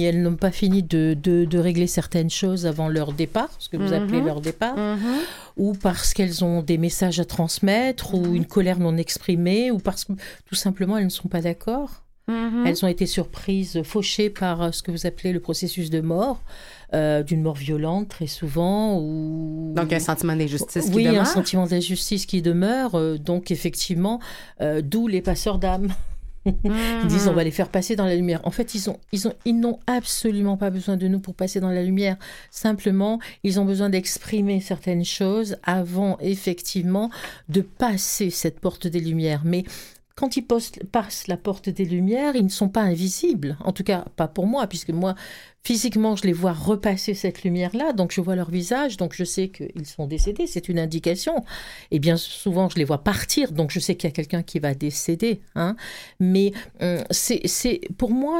de régler certaines choses avant leur départ, ce que vous appelez leur départ, ou parce qu'elles ont des messages à transmettre, ou une colère non exprimée, ou parce que tout simplement elles ne sont pas d'accord. Elles ont été surprises, fauchées par ce que vous appelez le processus de mort, d'une mort violente très souvent. Donc un sentiment d'injustice qui demeure. Oui, un sentiment d'injustice qui demeure. Donc effectivement, d'où les passeurs d'âme. Ils disent on va les faire passer dans la lumière. En fait, ils n'ont absolument pas besoin de nous pour passer dans la lumière. Simplement, ils ont besoin d'exprimer certaines choses avant effectivement de passer cette porte des lumières. Mais quand ils passent la porte des lumières, ils ne sont pas invisibles. En tout cas, pas pour moi, puisque moi, physiquement, je les vois repasser cette lumière-là, donc je vois leur visage, donc je sais qu'ils sont décédés, c'est une indication. Et bien souvent, je les vois partir, donc je sais qu'il y a quelqu'un qui va décéder. Hein. Mais pour moi,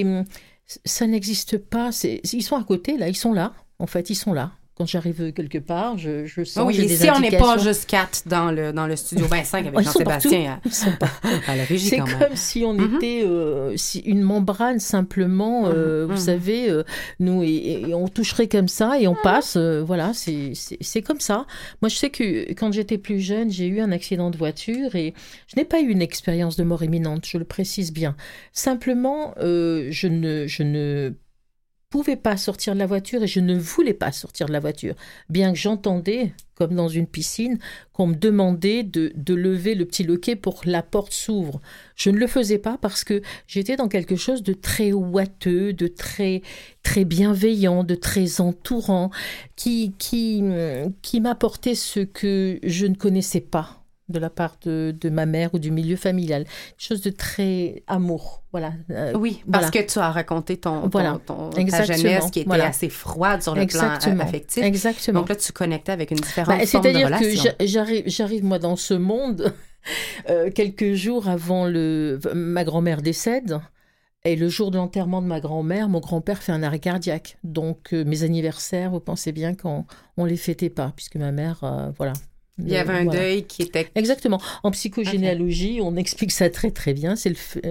ça n'existe pas. Ils sont à côté, là, ils sont là. En fait, ils sont là. Quand j'arrive quelque part, je sens j'ai des indications. On n'est pas juste 4 dans le studio, 5 avec Jean-Sébastien à la régie. C'est quand même. comme si on était une membrane simplement, vous savez, nous, et on toucherait comme ça et on passe, voilà, c'est comme ça. Moi, je sais que quand j'étais plus jeune, j'ai eu un accident de voiture et je n'ai pas eu une expérience de mort imminente, je le précise bien. Simplement, je ne pouvais pas sortir de la voiture et je ne voulais pas sortir de la voiture. Bien que j'entendais, comme dans une piscine, qu'on me demandait de lever le petit loquet pour que la porte s'ouvre. Je ne le faisais pas parce que j'étais dans quelque chose de très ouateux, de très, très bienveillant, de très entourant, qui m'apportait ce que je ne connaissais pas de la part de ma mère ou du milieu familial. Quelque chose de très amour, voilà. Oui, parce que tu as raconté ta jeunesse qui était assez froide sur le plan affectif. Exactement. Donc là, tu connectais avec une différente forme de relation. C'est-à-dire que j'arrive moi dans ce monde quelques jours avant ma grand-mère décède. Et le jour de l'enterrement de ma grand-mère, mon grand-père fait un arrêt cardiaque. Donc mes anniversaires, vous pensez bien qu'on les fêtait pas, puisque ma mère, voilà. Il y avait un deuil qui était... Exactement. En psychogénéalogie, on explique ça très très bien. C'est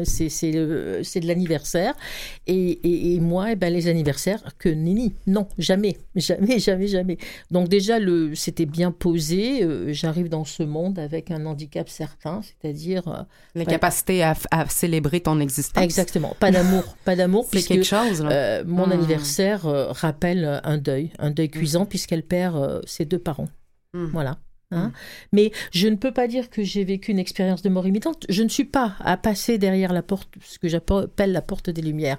de l'anniversaire. Et moi, les anniversaires, que nenni. Non, jamais. Jamais, jamais, jamais. Donc déjà, c'était bien posé. J'arrive dans ce monde avec un handicap certain, c'est-à-dire... La capacité à célébrer ton existence. Exactement. Pas d'amour. Pas d'amour. C'est quelque chose, là. Mon anniversaire rappelle un deuil cuisant, puisqu'elle perd ses 2 parents. Voilà. Hein? Mais je ne peux pas dire que j'ai vécu une expérience de mort imminente. Je ne suis pas à passer derrière la porte, ce que j'appelle la porte des Lumières.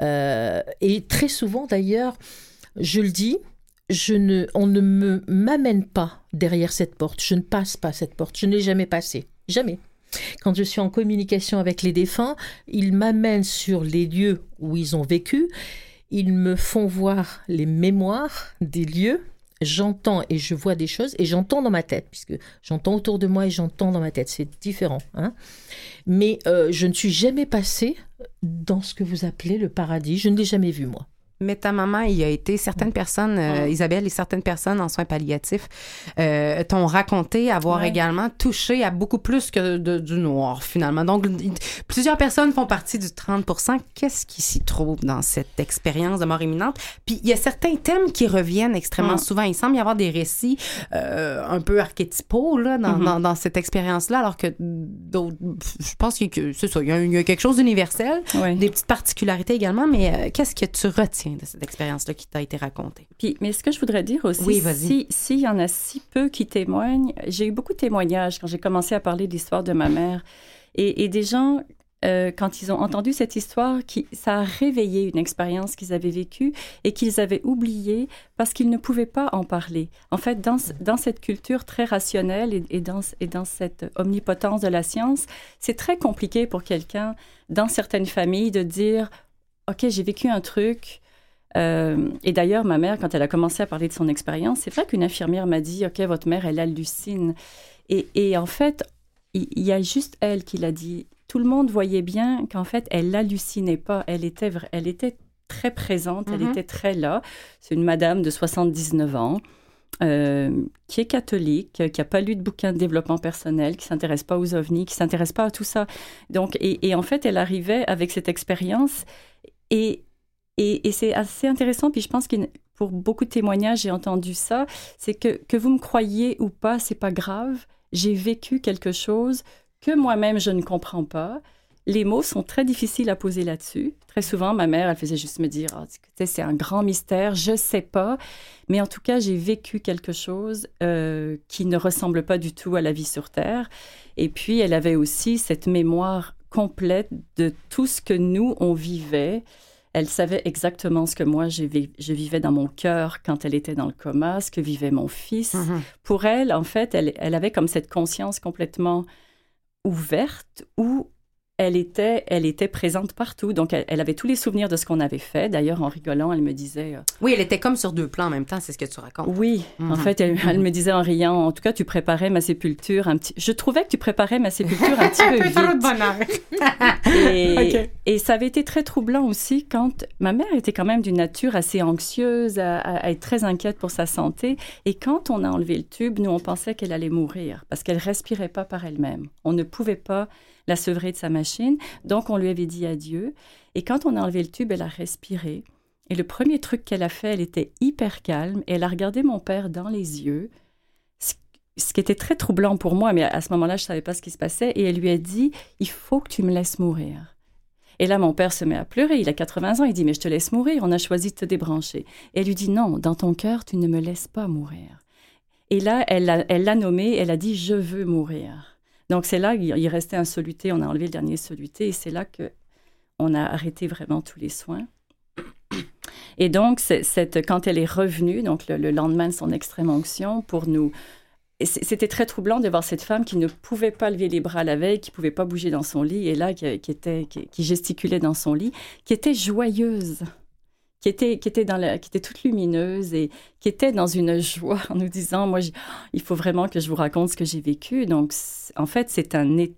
Et très souvent, d'ailleurs, je le dis, on ne m'amène pas derrière cette porte. Je ne passe pas cette porte. Je ne l'ai jamais passée. Jamais. Quand je suis en communication avec les défunts, ils m'amènent sur les lieux où ils ont vécu. Ils me font voir les mémoires des lieux. J'entends et je vois des choses et j'entends dans ma tête, puisque j'entends autour de moi et j'entends dans ma tête, c'est différent. Hein. Mais je ne suis jamais passée dans ce que vous appelez le paradis, je ne l'ai jamais vu moi. Mais ta maman, il y a été certaines personnes, Isabelle, et certaines personnes en soins palliatifs t'ont raconté avoir également touché à beaucoup plus que du noir, finalement. Donc, plusieurs personnes font partie du 30%. Qu'est-ce qui s'y trouve dans cette expérience de mort imminente? Puis, il y a certains thèmes qui reviennent extrêmement souvent. Il semble y avoir des récits un peu archétypaux là, dans cette expérience-là, alors que d'autres, je pense que c'est ça, il y a quelque chose d'universel, des petites particularités également, mais qu'est-ce que tu retiens de cette expérience-là qui t'a été racontée? Mais ce que je voudrais dire aussi, s'il y en a si peu qui témoignent, j'ai eu beaucoup de témoignages quand j'ai commencé à parler de l'histoire de ma mère. Et des gens, quand ils ont entendu cette histoire, ça a réveillé une expérience qu'ils avaient vécue et qu'ils avaient oubliée parce qu'ils ne pouvaient pas en parler. En fait, dans cette culture très rationnelle et dans cette omnipotence de la science, c'est très compliqué pour quelqu'un, dans certaines familles, de dire « OK, j'ai vécu un truc ». Et d'ailleurs, ma mère, quand elle a commencé à parler de son expérience, c'est vrai qu'une infirmière m'a dit « OK, votre mère, elle hallucine ». Et en fait, il y a juste elle qui l'a dit. Tout le monde voyait bien qu'en fait, elle hallucinait pas. Elle était très présente, elle était très là. C'est une madame de 79 ans qui est catholique, qui n'a pas lu de bouquin de développement personnel, qui ne s'intéresse pas aux ovnis, qui ne s'intéresse pas à tout ça. Donc, et en fait, elle arrivait avec cette expérience et c'est assez intéressant, puis je pense que pour beaucoup de témoignages, j'ai entendu ça, c'est que vous me croyez ou pas, c'est pas grave, j'ai vécu quelque chose que moi-même, je ne comprends pas. Les mots sont très difficiles à poser là-dessus. Très souvent, ma mère, elle faisait juste me dire « c'est un grand mystère, je sais pas ». Mais en tout cas, j'ai vécu quelque chose qui ne ressemble pas du tout à la vie sur Terre. Et puis, elle avait aussi cette mémoire complète de tout ce que nous, on vivait. Elle savait exactement ce que moi, je vivais dans mon cœur quand elle était dans le coma, ce que vivait mon fils. Pour elle, en fait, elle avait comme cette conscience complètement ouverte où elle était présente partout. Donc, elle avait tous les souvenirs de ce qu'on avait fait. D'ailleurs, en rigolant, elle me disait... Oui, elle était comme sur 2 plans en même temps, c'est ce que tu racontes. Oui, en fait, elle me disait en riant, en tout cas, tu préparais ma sépulture Je trouvais que tu préparais ma sépulture un petit peu vite. Trop de bonheur. Et ça avait été très troublant aussi quand ma mère était quand même d'une nature assez anxieuse, à être très inquiète pour sa santé. Et quand on a enlevé le tube, nous, on pensait qu'elle allait mourir parce qu'elle respirait pas par elle-même. On ne pouvait pas la sevrer de sa machine. Donc, on lui avait dit adieu. Et quand on a enlevé le tube, elle a respiré. Et le premier truc qu'elle a fait, elle était hyper calme. Et elle a regardé mon père dans les yeux, ce qui était très troublant pour moi. Mais à ce moment-là, je ne savais pas ce qui se passait. Et elle lui a dit, « Il faut que tu me laisses mourir. » Et là, mon père se met à pleurer. Il a 80 ans. Il dit, mais je te laisse mourir. On a choisi de te débrancher. Et elle lui dit, non, dans ton cœur, tu ne me laisses pas mourir. Et là, elle l'a nommé. Elle a dit, je veux mourir. Donc, c'est là, il restait un soluté. On a enlevé le dernier soluté. Et c'est là qu'on a arrêté vraiment tous les soins. Et donc, quand elle est revenue, donc le lendemain de son extrême onction, pour nous... C'était très troublant de voir cette femme qui ne pouvait pas lever les bras la veille, qui ne pouvait pas bouger dans son lit, et là, qui gesticulait dans son lit, qui était joyeuse, qui était toute lumineuse et qui était dans une joie en nous disant, moi, il faut vraiment que je vous raconte ce que j'ai vécu. Donc, en fait, c'est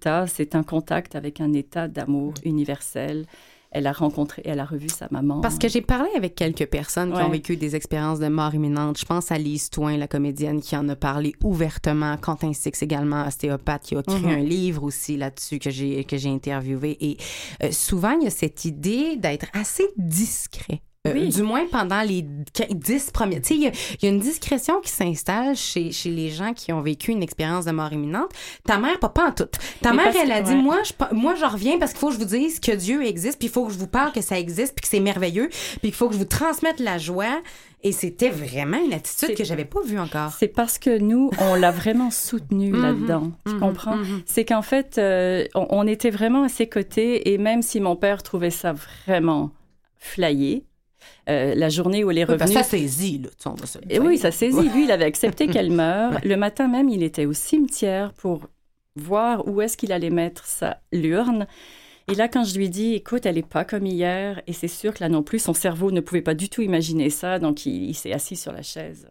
un contact avec un état d'amour universel. Elle a revu sa maman. Parce que j'ai parlé avec quelques personnes qui Ouais. ont vécu des expériences de mort imminente. Je pense à Lise Toin, la comédienne, qui en a parlé ouvertement. Quentin Six également, ostéopathe, qui a écrit un livre aussi là-dessus que j'ai interviewé. Et souvent, il y a cette idée d'être assez discret. Oui. Du moins pendant les 10 premiers. Tu sais, il y a une discrétion qui s'installe chez les gens qui ont vécu une expérience de mort imminente. Ta mère, pas en tout. Ta Mais mère, parce elle a que- dit, ouais. moi, je reviens parce qu'il faut que je vous dise que Dieu existe, puis il faut que je vous parle que ça existe, puis que c'est merveilleux, puis qu'il faut que je vous transmette la joie. Et c'était vraiment une attitude que j'avais pas vue encore. C'est parce que nous, on l'a vraiment soutenu là-dedans. Tu comprends? C'est qu'en fait, on était vraiment à ses côtés et même si mon père trouvait ça vraiment flyé, la journée où elle est Oui, parce revenue... que ça saisit, là. Tu sais, on va se le Et dire. oui, ça saisit. Lui, il avait accepté qu'elle meure. Ouais. Le matin même, il était au cimetière pour voir où est-ce qu'il allait mettre l'urne. Et là, quand je lui dis, écoute, elle n'est pas comme hier, et c'est sûr que là non plus, son cerveau ne pouvait pas du tout imaginer ça, donc il s'est assis sur la chaise.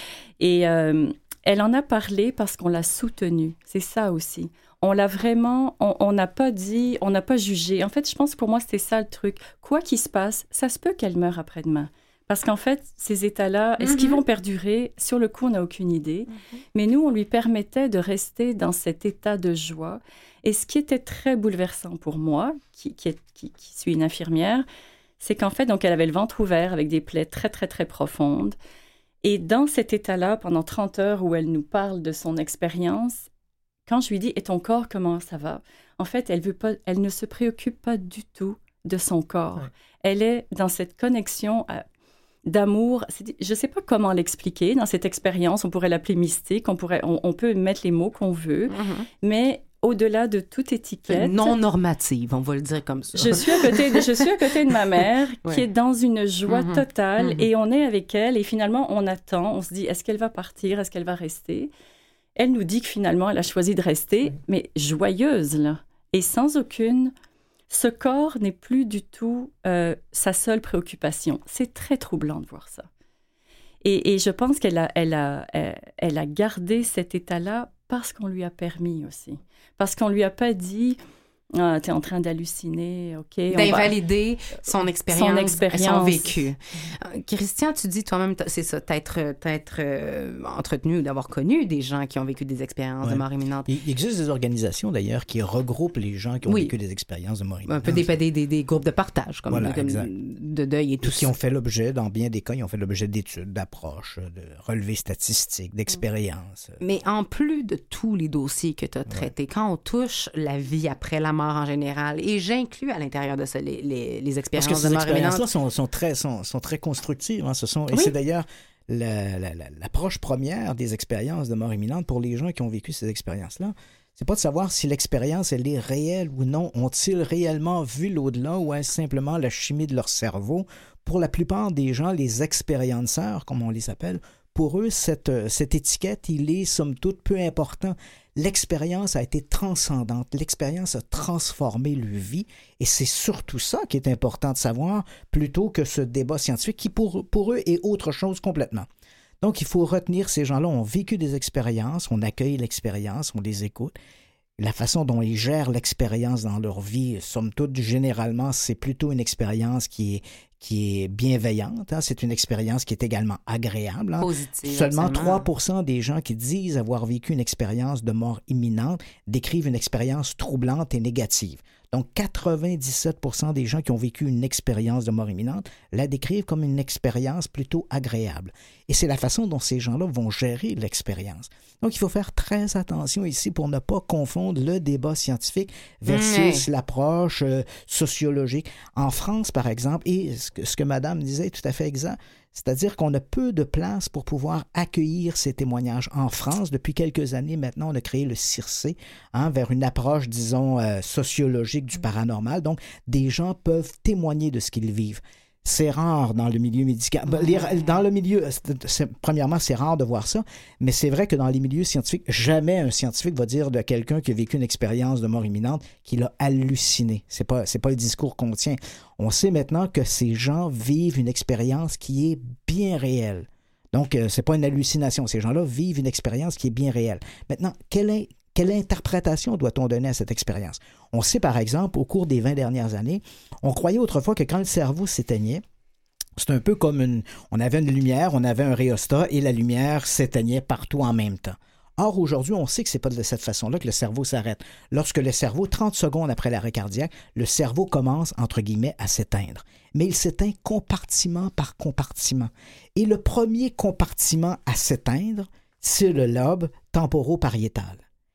Et elle en a parlé parce qu'on l'a soutenue. C'est ça aussi. On l'a vraiment, on n'a pas dit, on n'a pas jugé. En fait, je pense que pour moi, c'était ça le truc. Quoi qu'il se passe, ça se peut qu'elle meure après-demain. Parce qu'en fait, ces états-là, est-ce qu'ils vont perdurer? Sur le coup, on n'a aucune idée. Mais nous, on lui permettait de rester dans cet état de joie. Et ce qui était très bouleversant pour moi, qui suis une infirmière, c'est qu'en fait, donc, elle avait le ventre ouvert avec des plaies très, très, très profondes. Et dans cet état-là, pendant 30 heures où elle nous parle de son expérience, quand je lui dis « Et ton corps, comment ça va ?» En fait, elle ne se préoccupe pas du tout de son corps. Ouais. Elle est dans cette connexion d'amour. Je ne sais pas comment l'expliquer. Dans cette expérience, on pourrait l'appeler mystique. On peut mettre les mots qu'on veut. Mais au-delà de toute étiquette... Non normative, on va le dire comme ça. Je suis à côté de ma mère qui est dans une joie totale et on est avec elle et finalement, on attend. On se dit, est-ce qu'elle va partir? Est-ce qu'elle va rester? Elle nous dit que finalement, elle a choisi de rester, mais joyeuse, là. Et sans aucune... Ce corps n'est plus du tout sa seule préoccupation. C'est très troublant de voir ça. Et je pense qu'elle a gardé cet état-là parce qu'on lui a permis aussi. Parce qu'on lui a pas dit... Ah, t'es en train d'halluciner, OK. D'invalider son expérience, son vécu. Christian, tu dis toi-même, c'est ça, t'être entretenu ou d'avoir connu des gens qui ont vécu des expériences de mort imminente. Il existe des organisations, d'ailleurs, qui regroupent les gens qui ont vécu des expériences de mort imminente. Un peu des groupes de partage, comme de deuil et tout ça. Qui ont fait l'objet, dans bien des cas, ils ont fait l'objet d'études, d'approches, de relevés statistiques, d'expériences. Mais en plus de tous les dossiers que tu as traités, quand on touche la vie après la mort en général, et j'inclus à l'intérieur de ça les expériences de mort imminente. Parce que ces expériences-là sont très constructives. Hein, et c'est d'ailleurs l'approche première des expériences de mort imminente pour les gens qui ont vécu ces expériences-là. C'est pas de savoir si l'expérience, elle est réelle ou non. Ont-ils réellement vu l'au-delà ou est-ce simplement la chimie de leur cerveau? Pour la plupart des gens, les expérienceurs, comme on les appelle, pour eux, cette étiquette, il est, somme toute, peu important. L'expérience a été transcendante. L'expérience a transformé leur vie. Et c'est surtout ça qui est important de savoir, plutôt que ce débat scientifique qui, pour eux, est autre chose complètement. Donc, il faut retenir ces gens-là ont vécu des expériences, on accueille l'expérience, on les écoute. La façon dont ils gèrent l'expérience dans leur vie, somme toute, généralement, c'est plutôt une expérience qui est bienveillante. Hein? C'est une expérience qui est également agréable. Hein? Positive. Seulement absolument. 3% des gens qui disent avoir vécu une expérience de mort imminente décrivent une expérience troublante et négative. Donc, 97% des gens qui ont vécu une expérience de mort imminente la décrivent comme une expérience plutôt agréable. Et c'est la façon dont ces gens-là vont gérer l'expérience. Donc, il faut faire très attention ici pour ne pas confondre le débat scientifique versus l'approche sociologique. En France, par exemple, et ce que Madame disait est tout à fait exact, c'est-à-dire qu'on a peu de place pour pouvoir accueillir ces témoignages. En France, depuis quelques années maintenant, on a créé le CIRCE vers une approche, disons, sociologique du paranormal. Donc, des gens peuvent témoigner de ce qu'ils vivent. C'est rare dans le milieu médical. Dans le milieu, premièrement, c'est rare de voir ça, mais c'est vrai que dans les milieux scientifiques, jamais un scientifique va dire de quelqu'un qui a vécu une expérience de mort imminente qu'il a halluciné. C'est pas le discours qu'on tient. On sait maintenant que ces gens vivent une expérience qui est bien réelle. Donc, c'est pas une hallucination. Ces gens-là vivent une expérience qui est bien réelle. Maintenant, quelle interprétation doit-on donner à cette expérience? On sait, par exemple, au cours des 20 dernières années, on croyait autrefois que quand le cerveau s'éteignait, c'est un peu comme on avait une lumière, on avait un rhéostat et la lumière s'éteignait partout en même temps. Or, aujourd'hui, on sait que ce n'est pas de cette façon-là que le cerveau s'arrête. Lorsque le cerveau, 30 secondes après l'arrêt cardiaque, le cerveau commence, entre guillemets, à s'éteindre. Mais il s'éteint compartiment par compartiment. Et le premier compartiment à s'éteindre, c'est le lobe temporopariétal.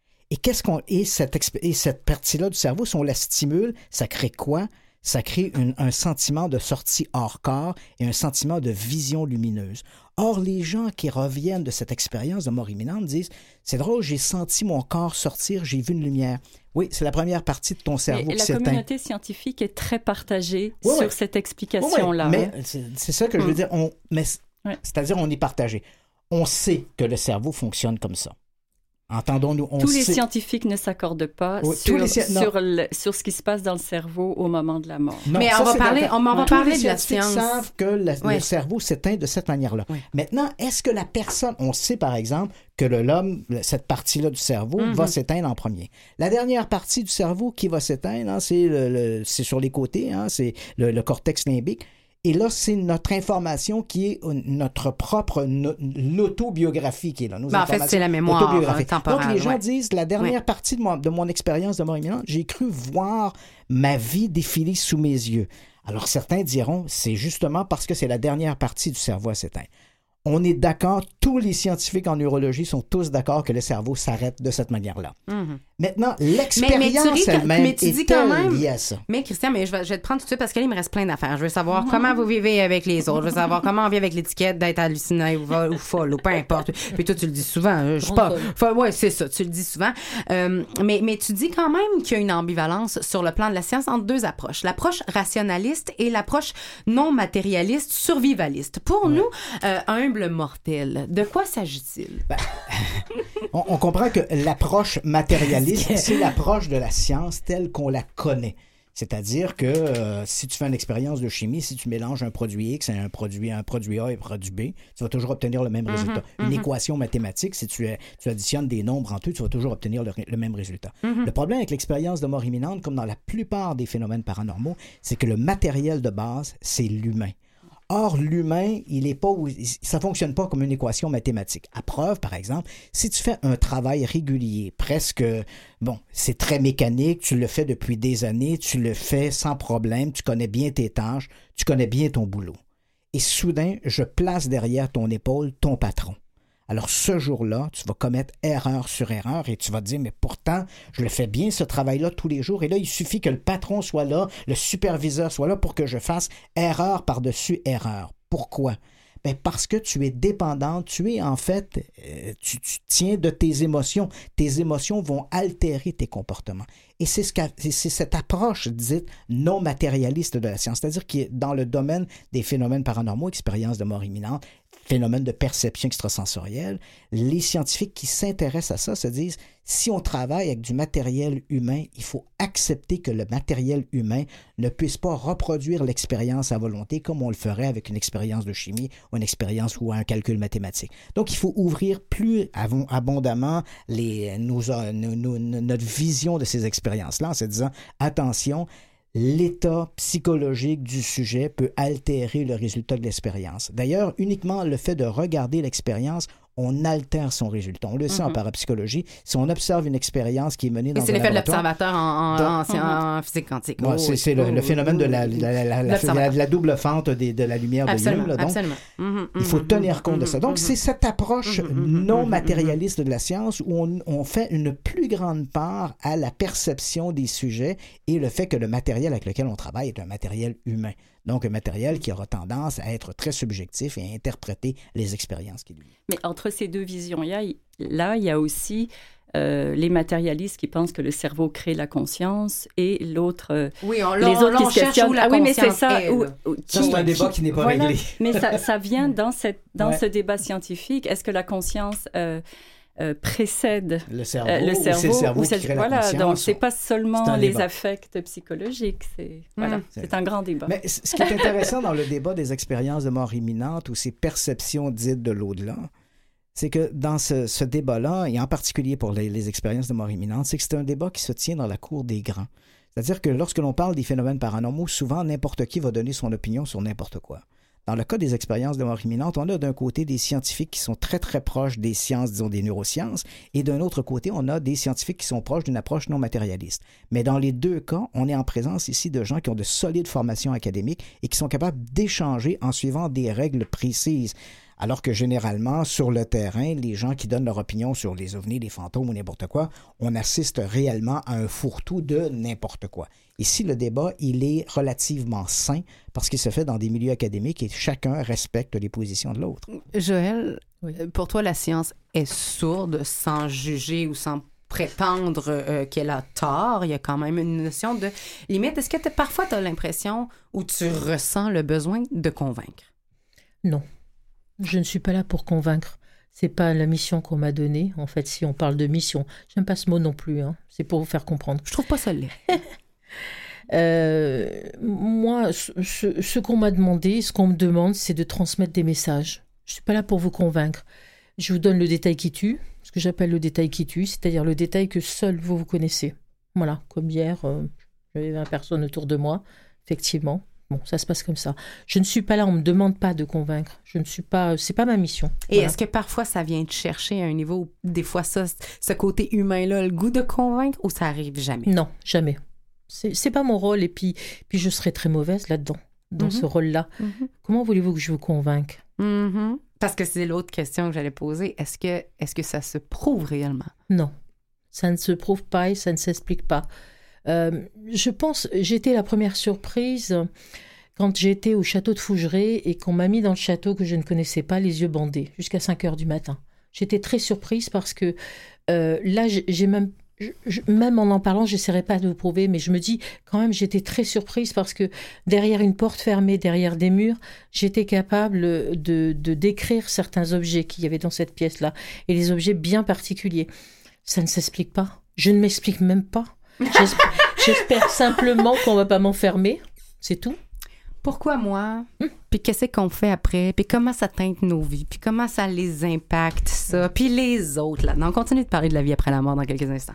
Et cette partie-là du cerveau, si on la stimule, ça crée quoi? Ça crée un sentiment de sortie hors corps et un sentiment de vision lumineuse. Or, les gens qui reviennent de cette expérience de mort imminente disent « C'est drôle, j'ai senti mon corps sortir, j'ai vu une lumière. » Oui, c'est la première partie de ton cerveau qui s'éteint. La communauté scientifique est très partagée sur cette explication-là. Mais c'est ça que je veux dire. C'est-à-dire, on est partagé. On sait que le cerveau fonctionne comme ça. Entendons-nous, tous les scientifiques ne s'accordent pas sur ce qui se passe dans le cerveau au moment de la mort. Non, mais on va parler de la science. Tous les scientifiques savent que le cerveau s'éteint de cette manière-là. Oui. Maintenant, est-ce que la personne... On sait, par exemple, que l'homme, cette partie-là du cerveau, va s'éteindre en premier. La dernière partie du cerveau qui va s'éteindre, c'est sur les côtés, c'est le cortex limbique. Et là, c'est notre information qui est notre propre l'autobiographie qui est là. En fait, c'est la mémoire temporelle. Donc, les gens disent, la dernière partie de mon expérience de mort imminente, j'ai cru voir ma vie défiler sous mes yeux. Alors, certains diront, c'est justement parce que c'est la dernière partie du cerveau à s'éteindre. On est d'accord, tous les scientifiques en neurologie sont tous d'accord que le cerveau s'arrête de cette manière-là. Maintenant, l'expérience elle-même est liée à ça. Mais Christian, je vais te prendre tout de suite parce qu'il me reste plein d'affaires. Je veux savoir comment vous vivez avec les autres. Je veux savoir comment on vit avec l'étiquette d'être halluciné ou folle ou peu importe. Puis toi, tu le dis souvent. Je sais pas. Oui, c'est ça. Tu le dis souvent. Mais tu dis quand même qu'il y a une ambivalence sur le plan de la science entre deux approches. L'approche rationaliste et l'approche non matérialiste, survivaliste. Pour nous, humble mortel, de quoi s'agit-il? On comprend que l'approche matérialiste, c'est l'approche de la science telle qu'on la connaît. C'est-à-dire que si tu fais une expérience de chimie, si tu mélanges un produit X et un produit A et un produit B, tu vas toujours obtenir le même résultat. Une équation mathématique, si tu additionnes des nombres entre eux, tu vas toujours obtenir le même résultat. Le problème avec l'expérience de mort imminente, comme dans la plupart des phénomènes paranormaux, c'est que le matériel de base, c'est l'humain. Or, l'humain, ça fonctionne pas comme une équation mathématique. À preuve, par exemple, si tu fais un travail régulier, c'est très mécanique, tu le fais depuis des années, tu le fais sans problème, tu connais bien tes tâches, tu connais bien ton boulot. Et soudain, je place derrière ton épaule ton patron. Alors, ce jour-là, tu vas commettre erreur sur erreur et tu vas te dire, mais pourtant, je le fais bien, ce travail-là, tous les jours. Et là, il suffit que le patron soit là, le superviseur soit là pour que je fasse erreur par-dessus erreur. Pourquoi? Parce que tu es dépendante, tu tiens de tes émotions. Tes émotions vont altérer tes comportements. Et c'est cette approche dite non matérialiste de la science, c'est-à-dire qui est dans le domaine des phénomènes paranormaux, expériences de mort imminente, phénomènes de perception extrasensorielle. Les scientifiques qui s'intéressent à ça se disent, si on travaille avec du matériel humain, il faut accepter que le matériel humain ne puisse pas reproduire l'expérience à volonté comme on le ferait avec une expérience de chimie ou une expérience ou un calcul mathématique. Donc, il faut ouvrir plus abondamment notre vision de ces expériences-là en se disant, attention, l'état psychologique du sujet peut altérer le résultat de l'expérience. D'ailleurs, uniquement le fait de regarder l'expérience on altère son résultat. On le sait en parapsychologie. Si on observe une expérience qui est menée dans Et c'est un l'effet de laboratoire... l'observateur en physique quantique. Ouais, c'est le phénomène de la double fente de la lumière de Young. Là. Donc, il faut tenir compte de ça. Donc, c'est cette approche non matérialiste de la science où on fait une plus grande part à la perception des sujets et le fait que le matériel avec lequel on travaille est un matériel humain. Donc, un matériel qui aura tendance à être très subjectif et à interpréter les expériences qu'il vit. Mais entre ces deux visions-là, il y a aussi les matérialistes qui pensent que le cerveau crée la conscience et l'autre, oui, les autres qui se questionnent. Oui, mais c'est ça. Ça, c'est un débat qui n'est pas réglé. Mais ça vient dans ce débat scientifique. Est-ce que la conscience précède le cerveau ou c'est le cerveau qui crée la conscience? Donc, c'est pas seulement les affects psychologiques. C'est un grand débat. Mais ce qui est intéressant dans le débat des expériences de mort imminente ou ces perceptions dites de l'au-delà, c'est que dans ce débat-là, et en particulier pour les expériences de mort imminente, c'est que c'est un débat qui se tient dans la cour des grands. C'est-à-dire que lorsque l'on parle des phénomènes paranormaux, souvent n'importe qui va donner son opinion sur n'importe quoi. Dans le cas des expériences de mort imminente, on a d'un côté des scientifiques qui sont très, très proches des sciences, disons des neurosciences, et d'un autre côté, on a des scientifiques qui sont proches d'une approche non matérialiste. Mais dans les deux cas, on est en présence ici de gens qui ont de solides formations académiques et qui sont capables d'échanger en suivant des règles précises. Alors que généralement, sur le terrain, les gens qui donnent leur opinion sur les ovnis, les fantômes ou n'importe quoi, on assiste réellement à un fourre-tout de n'importe quoi. Ici, le débat, il est relativement sain parce qu'il se fait dans des milieux académiques et chacun respecte les positions de l'autre. Joël, pour toi, la science est sourde sans juger ou sans prétendre qu'elle a tort. Il y a quand même une notion de limite. Est-ce que parfois tu as l'impression ou tu ressens le besoin de convaincre? Non. Je ne suis pas là pour convaincre. C'est pas la mission qu'on m'a donnée. En fait, si on parle de mission, j'aime pas ce mot non plus. Hein. C'est pour vous faire comprendre. Je trouve pas ça laid. Moi, ce qu'on m'a demandé, ce qu'on me demande, c'est de transmettre des messages. Je suis pas là pour vous convaincre. Je vous donne le détail qui tue, ce que j'appelle le détail qui tue, c'est-à-dire le détail que seul vous connaissez. Voilà, comme hier, j'avais 20 personnes autour de moi, effectivement. Bon, ça se passe comme ça. Je ne suis pas là, on ne me demande pas de convaincre. Je ne suis pas, c'est pas ma mission. Et voilà. Est-ce que parfois ça vient te chercher à un niveau où des fois ce côté humain-là, le goût de convaincre, ou ça arrive jamais? Non, jamais. C'est pas mon rôle et puis je serais très mauvaise là-dedans, dans ce rôle-là. Comment voulez-vous que je vous convainque? Parce que c'est l'autre question que j'allais poser. Est-ce que ça se prouve réellement? Non, ça ne se prouve pas et ça ne s'explique pas. Je pense, j'étais la première surprise quand j'étais au château de Fougeray et qu'on m'a mis dans le château que je ne connaissais pas, les yeux bandés, jusqu'à 5 heures du matin. J'étais très surprise parce que là, j'ai même en parlant, j'essaierai pas de vous prouver, mais je me dis quand même, j'étais très surprise parce que derrière une porte fermée, derrière des murs, j'étais capable de décrire certains objets qu'il y avait dans cette pièce-là, et des objets bien particuliers. Ça ne s'explique pas. Je ne m'explique même pas. J'espère simplement qu'on va pas m'enfermer, c'est tout. Pourquoi moi? Puis qu'est-ce qu'on fait après? Puis comment ça teinte nos vies? Puis comment ça les impacte, ça? Puis les autres, là. On continue de parler de la vie après la mort dans quelques instants.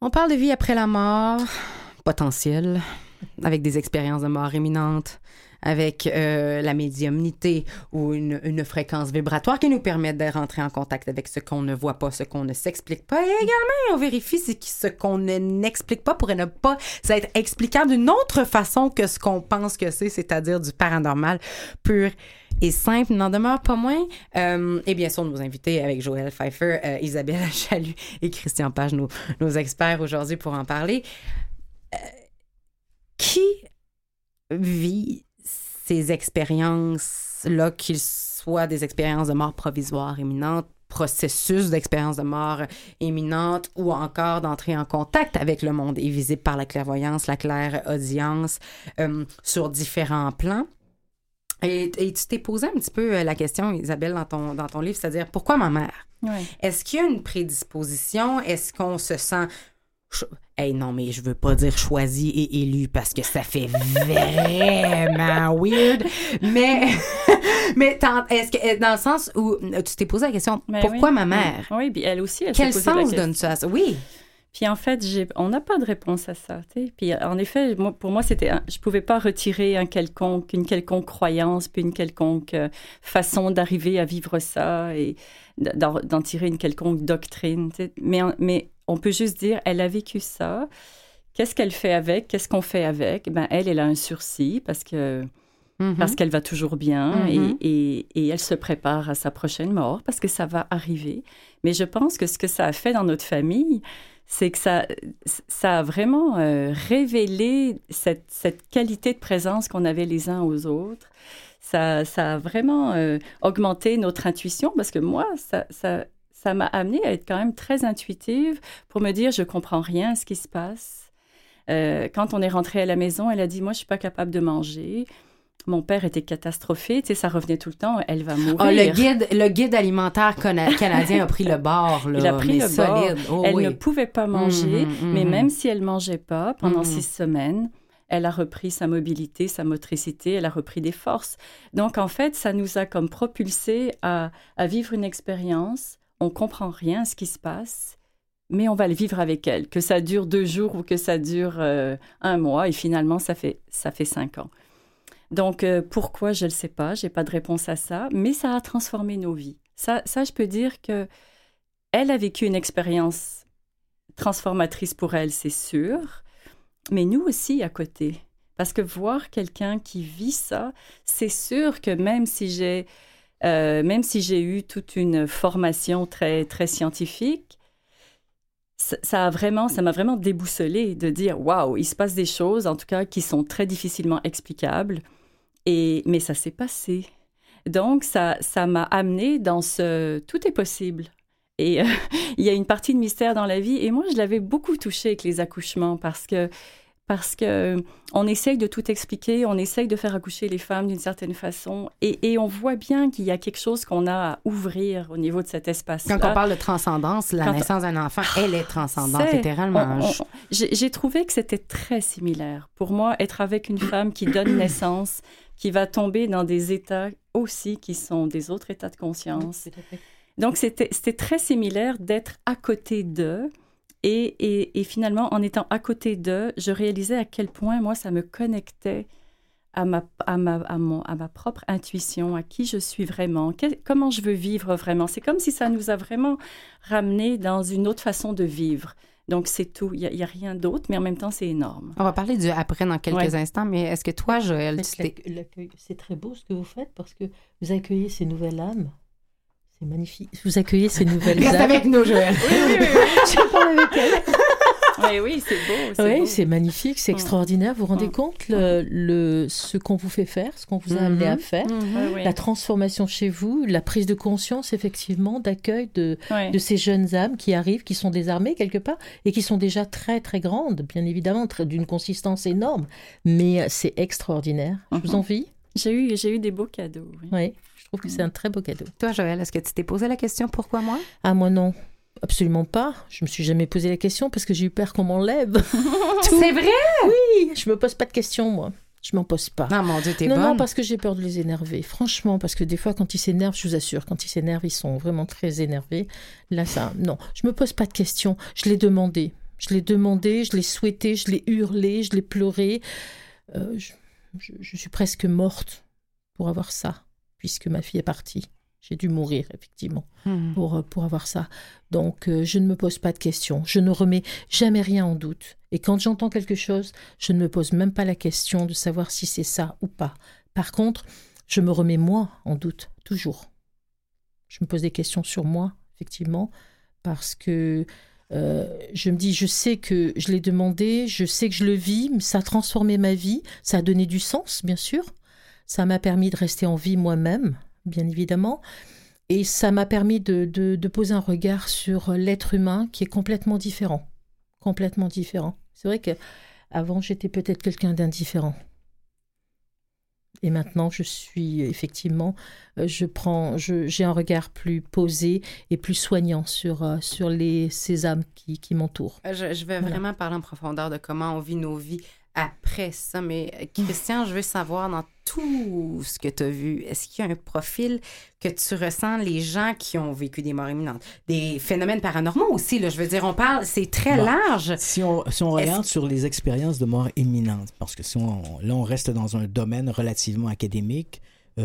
On parle de vie après la mort, potentielle, avec des expériences de mort imminente, avec la médiumnité ou une fréquence vibratoire qui nous permet de rentrer en contact avec ce qu'on ne voit pas, ce qu'on ne s'explique pas. Et également, on vérifie si ce qu'on n'explique pas pourrait ne pas être explicable d'une autre façon que ce qu'on pense que c'est-à-dire du paranormal pur et simple. N'en demeure pas moins. Et bien sûr, nos invités avec Joël Pfeiffer, Isabelle Chalut et Christian Page, nos experts aujourd'hui pour en parler. Qui vit ces expériences-là, qu'ils soient des expériences de mort provisoire imminente, processus d'expérience de mort imminente ou encore d'entrer en contact avec le monde invisible par la clairvoyance, la clairaudience, sur différents plans. Et tu t'es posé un petit peu la question, Isabelle, dans ton livre, c'est-à-dire, pourquoi ma mère? Oui. Est-ce qu'il y a une prédisposition? Est-ce qu'on se sent... Hey, non, mais je veux pas dire choisi et élu parce que ça fait vraiment weird. Mais est-ce que, dans le sens où tu t'es posé la question, pourquoi ma mère? Oui, puis elle aussi, elle Quel s'est posé la sens question. donne-tu à ça? Oui. Puis en fait, on n'a pas de réponse à ça. Tu sais. Puis en effet, pour moi, je pouvais pas retirer une quelconque croyance, puis une quelconque façon d'arriver à vivre ça et d'en tirer une quelconque doctrine. Tu sais. Mais on peut juste dire, elle a vécu ça. Qu'est-ce qu'elle fait avec? Qu'est-ce qu'on fait avec? Ben elle a un sursis parce qu'elle va toujours bien et elle se prépare à sa prochaine mort parce que ça va arriver. Mais je pense que ce que ça a fait dans notre famille, c'est que ça a vraiment révélé cette qualité de présence qu'on avait les uns aux autres. Ça a vraiment augmenté notre intuition parce que moi, ça m'a amenée à être quand même très intuitive pour me dire, je comprends rien à ce qui se passe. Quand on est rentré à la maison, elle a dit, moi, je suis pas capable de manger. Mon père était catastrophé, tu sais, ça revenait tout le temps, elle va mourir. Ah, le guide alimentaire canadien a pris le bord, là. Il a pris le bord. Oh, elle oui. ne pouvait pas manger, mais même si elle mangeait pas, pendant 6 semaines, elle a repris sa mobilité, sa motricité, elle a repris des forces. Donc, en fait, ça nous a comme propulsés à vivre une expérience. On comprend rien à ce qui se passe, mais on va le vivre avec elle. Que ça dure 2 jours ou que ça dure 1 mois, et finalement, ça fait 5 ans. Donc, pourquoi, je ne le sais pas, je n'ai pas de réponse à ça, mais ça a transformé nos vies. Ça, je peux dire qu'elle a vécu une expérience transformatrice pour elle, c'est sûr, mais nous aussi à côté. Parce que voir quelqu'un qui vit ça, c'est sûr que même si j'ai eu toute une formation très, très scientifique, ça m'a vraiment déboussolée de dire, waouh, il se passe des choses, en tout cas, qui sont très difficilement explicables. Mais ça s'est passé. Donc, ça m'a amenée dans tout est possible. Et il y a une partie de mystère dans la vie. Et moi, je l'avais beaucoup touchée avec les accouchements parce que on essaye de tout expliquer, on essaye de faire accoucher les femmes d'une certaine façon. Et on voit bien qu'il y a quelque chose qu'on a à ouvrir au niveau de cet espace-là. Quand on parle de transcendance, la naissance d'un enfant, elle est transcendante, littéralement. J'ai trouvé que c'était très similaire. Pour moi, être avec une femme qui donne naissance, qui va tomber dans des états aussi qui sont des autres états de conscience. Donc, c'était très similaire d'être à côté d'eux. Et finalement, en étant à côté d'eux, je réalisais à quel point, moi, ça me connectait à ma propre intuition, à qui je suis vraiment, comment je veux vivre vraiment. C'est comme si ça nous a vraiment ramenés dans une autre façon de vivre. Donc, c'est tout. Il n'y a rien d'autre, mais en même temps, c'est énorme. On va parler du après dans quelques instants, mais est-ce que toi, Joël, c'est très beau ce que vous faites parce que vous accueillez ces nouvelles âmes. C'est magnifique. Vous accueillez ces nouvelles âmes. Reste avec nous, Joël. Oui. Je parle avec elle. Oui, c'est beau. Oui, c'est magnifique, c'est extraordinaire. Vous vous rendez compte ce qu'on vous fait faire, ce qu'on vous a amené à faire, la transformation chez vous, la prise de conscience, effectivement, d'accueil de ces jeunes âmes qui arrivent, qui sont désarmées quelque part et qui sont déjà très, très grandes, bien évidemment, d'une consistance énorme. Mais c'est extraordinaire. Je vous envie. J'ai eu des beaux cadeaux. Oui. Je trouve que c'est un très beau cadeau. Toi, Joël, est-ce que tu t'es posé la question pourquoi moi? Ah, moi non. Absolument pas. Je me suis jamais posé la question parce que j'ai eu peur qu'on m'enlève. C'est vrai? Oui, je me pose pas de questions, moi. Je m'en pose pas. Non, mon Dieu, t'es bonne. Non, parce que j'ai peur de les énerver. Franchement, parce que des fois, quand ils s'énervent, je vous assure, quand ils s'énervent, ils sont vraiment très énervés. Là, ça, non. Je me pose pas de questions. Je l'ai demandé. Je l'ai demandé, je l'ai souhaité, je l'ai hurlé, je l'ai pleuré. Je suis presque morte pour avoir ça, puisque ma fille est partie. J'ai dû mourir, effectivement, pour avoir ça. Donc, je ne me pose pas de questions. Je ne remets jamais rien en doute. Et quand j'entends quelque chose, je ne me pose même pas la question de savoir si c'est ça ou pas. Par contre, je me remets moi en doute, toujours. Je me pose des questions sur moi, effectivement, parce que je me dis, je sais que je l'ai demandé, je sais que je le vis, mais ça a transformé ma vie, ça a donné du sens, bien sûr. Ça m'a permis de rester en vie moi-même, bien évidemment. Et ça m'a permis de poser un regard sur l'être humain qui est complètement différent. Complètement différent. C'est vrai qu'avant, j'étais peut-être quelqu'un d'indifférent. Et maintenant, je suis effectivement, j'ai un regard plus posé et plus soignant sur ces âmes qui m'entourent. Je vais vraiment parler en profondeur de comment on vit nos vies après ça. Mais Christian, je veux savoir, dans tout ce que tu as vu, est-ce qu'il y a un profil que tu ressens, les gens qui ont vécu des morts imminentes, des phénomènes paranormaux aussi, là, je veux dire, on parle, c'est très large. Si on regarde sur les expériences de mort imminente, parce que là, on reste dans un domaine relativement académique,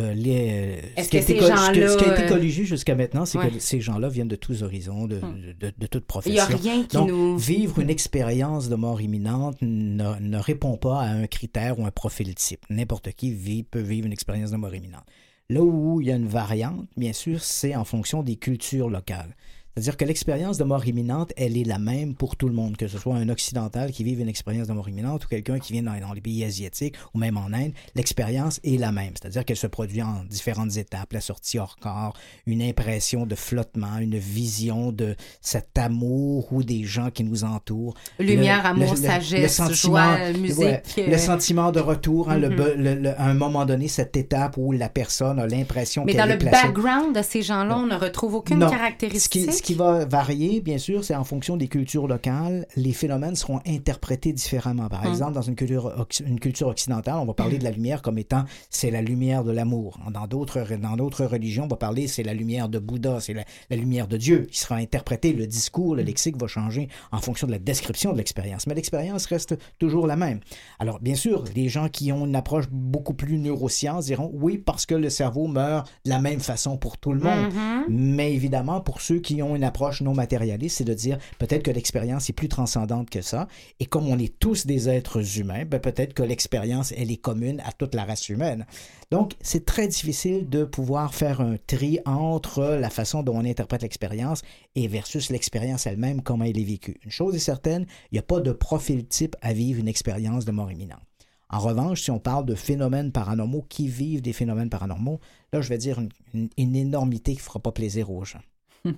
ce qui a été corrigé jusqu'à maintenant, c'est que ces gens-là viennent de tous horizons, de toute profession. Il n'y a rien qui Donc, vivre une expérience de mort imminente ne répond pas à un critère ou un profil type. N'importe qui peut vivre une expérience de mort imminente. Là où il y a une variante, bien sûr, c'est en fonction des cultures locales. C'est-à-dire que l'expérience de mort imminente, elle est la même pour tout le monde, que ce soit un occidental qui vive une expérience de mort imminente ou quelqu'un qui vient dans les pays asiatiques ou même en Inde, l'expérience est la même. C'est-à-dire qu'elle se produit en différentes étapes, la sortie hors corps, une impression de flottement, une vision de cet amour ou des gens qui nous entourent. Lumière, amour, sagesse, joie, musique. Le sentiment de retour, à un moment donné, cette étape où la personne a l'impression qu'elle est placée. Mais dans le background de ces gens-là, on ne retrouve aucune caractéristique. Ce qui va varier, bien sûr, c'est en fonction des cultures locales. Les phénomènes seront interprétés différemment. Par exemple, dans une culture occidentale, on va parler de la lumière comme étant c'est la lumière de l'amour. Dans d'autres religions, on va parler c'est la lumière de Bouddha, c'est la lumière de Dieu. Il sera interprété, le discours, le lexique va changer en fonction de la description de l'expérience. Mais l'expérience reste toujours la même. Alors, bien sûr, les gens qui ont une approche beaucoup plus neurosciences diront oui, parce que le cerveau meurt de la même façon pour tout le monde. Mais évidemment, pour ceux qui ont une approche non matérialiste, c'est de dire peut-être que l'expérience est plus transcendante que ça, et comme on est tous des êtres humains, peut-être que l'expérience, elle est commune à toute la race humaine. Donc, c'est très difficile de pouvoir faire un tri entre la façon dont on interprète l'expérience et versus l'expérience elle-même, comment elle est vécue. Une chose est certaine, il n'y a pas de profil type à vivre une expérience de mort imminente. En revanche, si on parle de phénomènes paranormaux, qui vivent des phénomènes paranormaux, là, je vais dire une énormité qui ne fera pas plaisir aux gens.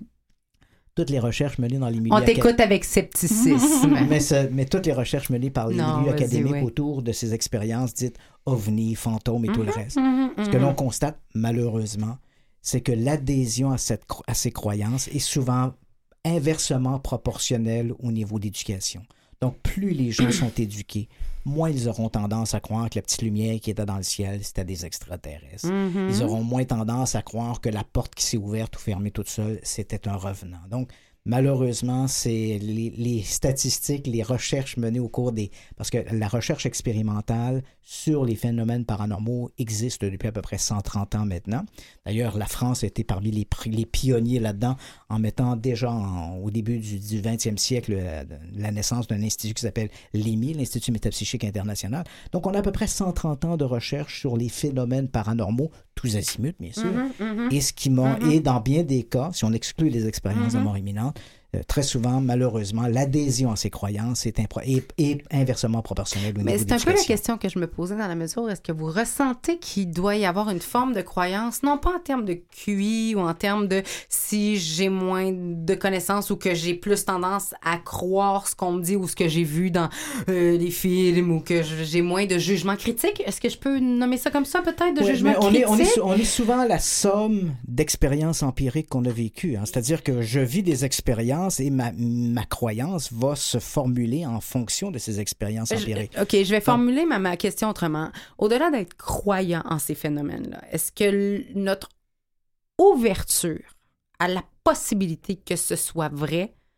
Toutes les recherches menées dans les milieux... On t'écoute avec scepticisme. mais toutes les recherches menées par les milieux académiques autour de ces expériences dites ovnis, fantômes et tout le reste. Ce que l'on constate, malheureusement, c'est que l'adhésion à ces croyances est souvent inversement proportionnelle au niveau d'éducation. Donc, plus les gens sont éduqués, moins ils auront tendance à croire que la petite lumière qui était dans le ciel, c'était des extraterrestres. Ils auront moins tendance à croire que la porte qui s'est ouverte ou fermée toute seule, c'était un revenant. Donc, malheureusement, c'est les statistiques, les recherches menées au cours parce que la recherche expérimentale sur les phénomènes paranormaux existe depuis à peu près 130 ans maintenant. D'ailleurs, la France a été parmi les pionniers là-dedans en mettant déjà au début du 20e siècle la naissance d'un institut qui s'appelle l'IMI, l'Institut métapsychique international. Donc, on a à peu près 130 ans de recherche sur les phénomènes paranormaux, tous azimuts, bien sûr. Et dans bien des cas, si on exclut les expériences de mort imminente, très souvent, malheureusement, l'adhésion à ces croyances est inversement proportionnelle au niveau d'éducation. Mais c'est un peu la question que je me posais dans la mesure où est-ce que vous ressentez qu'il doit y avoir une forme de croyance, non pas en termes de QI ou en termes de si j'ai moins de connaissances ou que j'ai plus tendance à croire ce qu'on me dit ou ce que j'ai vu dans les films ou que j'ai moins de jugement critique. Est-ce que je peux nommer ça comme ça peut-être, de jugement critique? On est souvent la somme d'expériences empiriques qu'on a vécues. C'est-à-dire que je vis des expériences et ma croyance va se formuler en fonction de ces expériences empiriques. OK, je vais formuler ma question autrement. Au-delà d'être croyant en ces phénomènes-là, est-ce que notre ouverture à la possibilité que ce soit vrai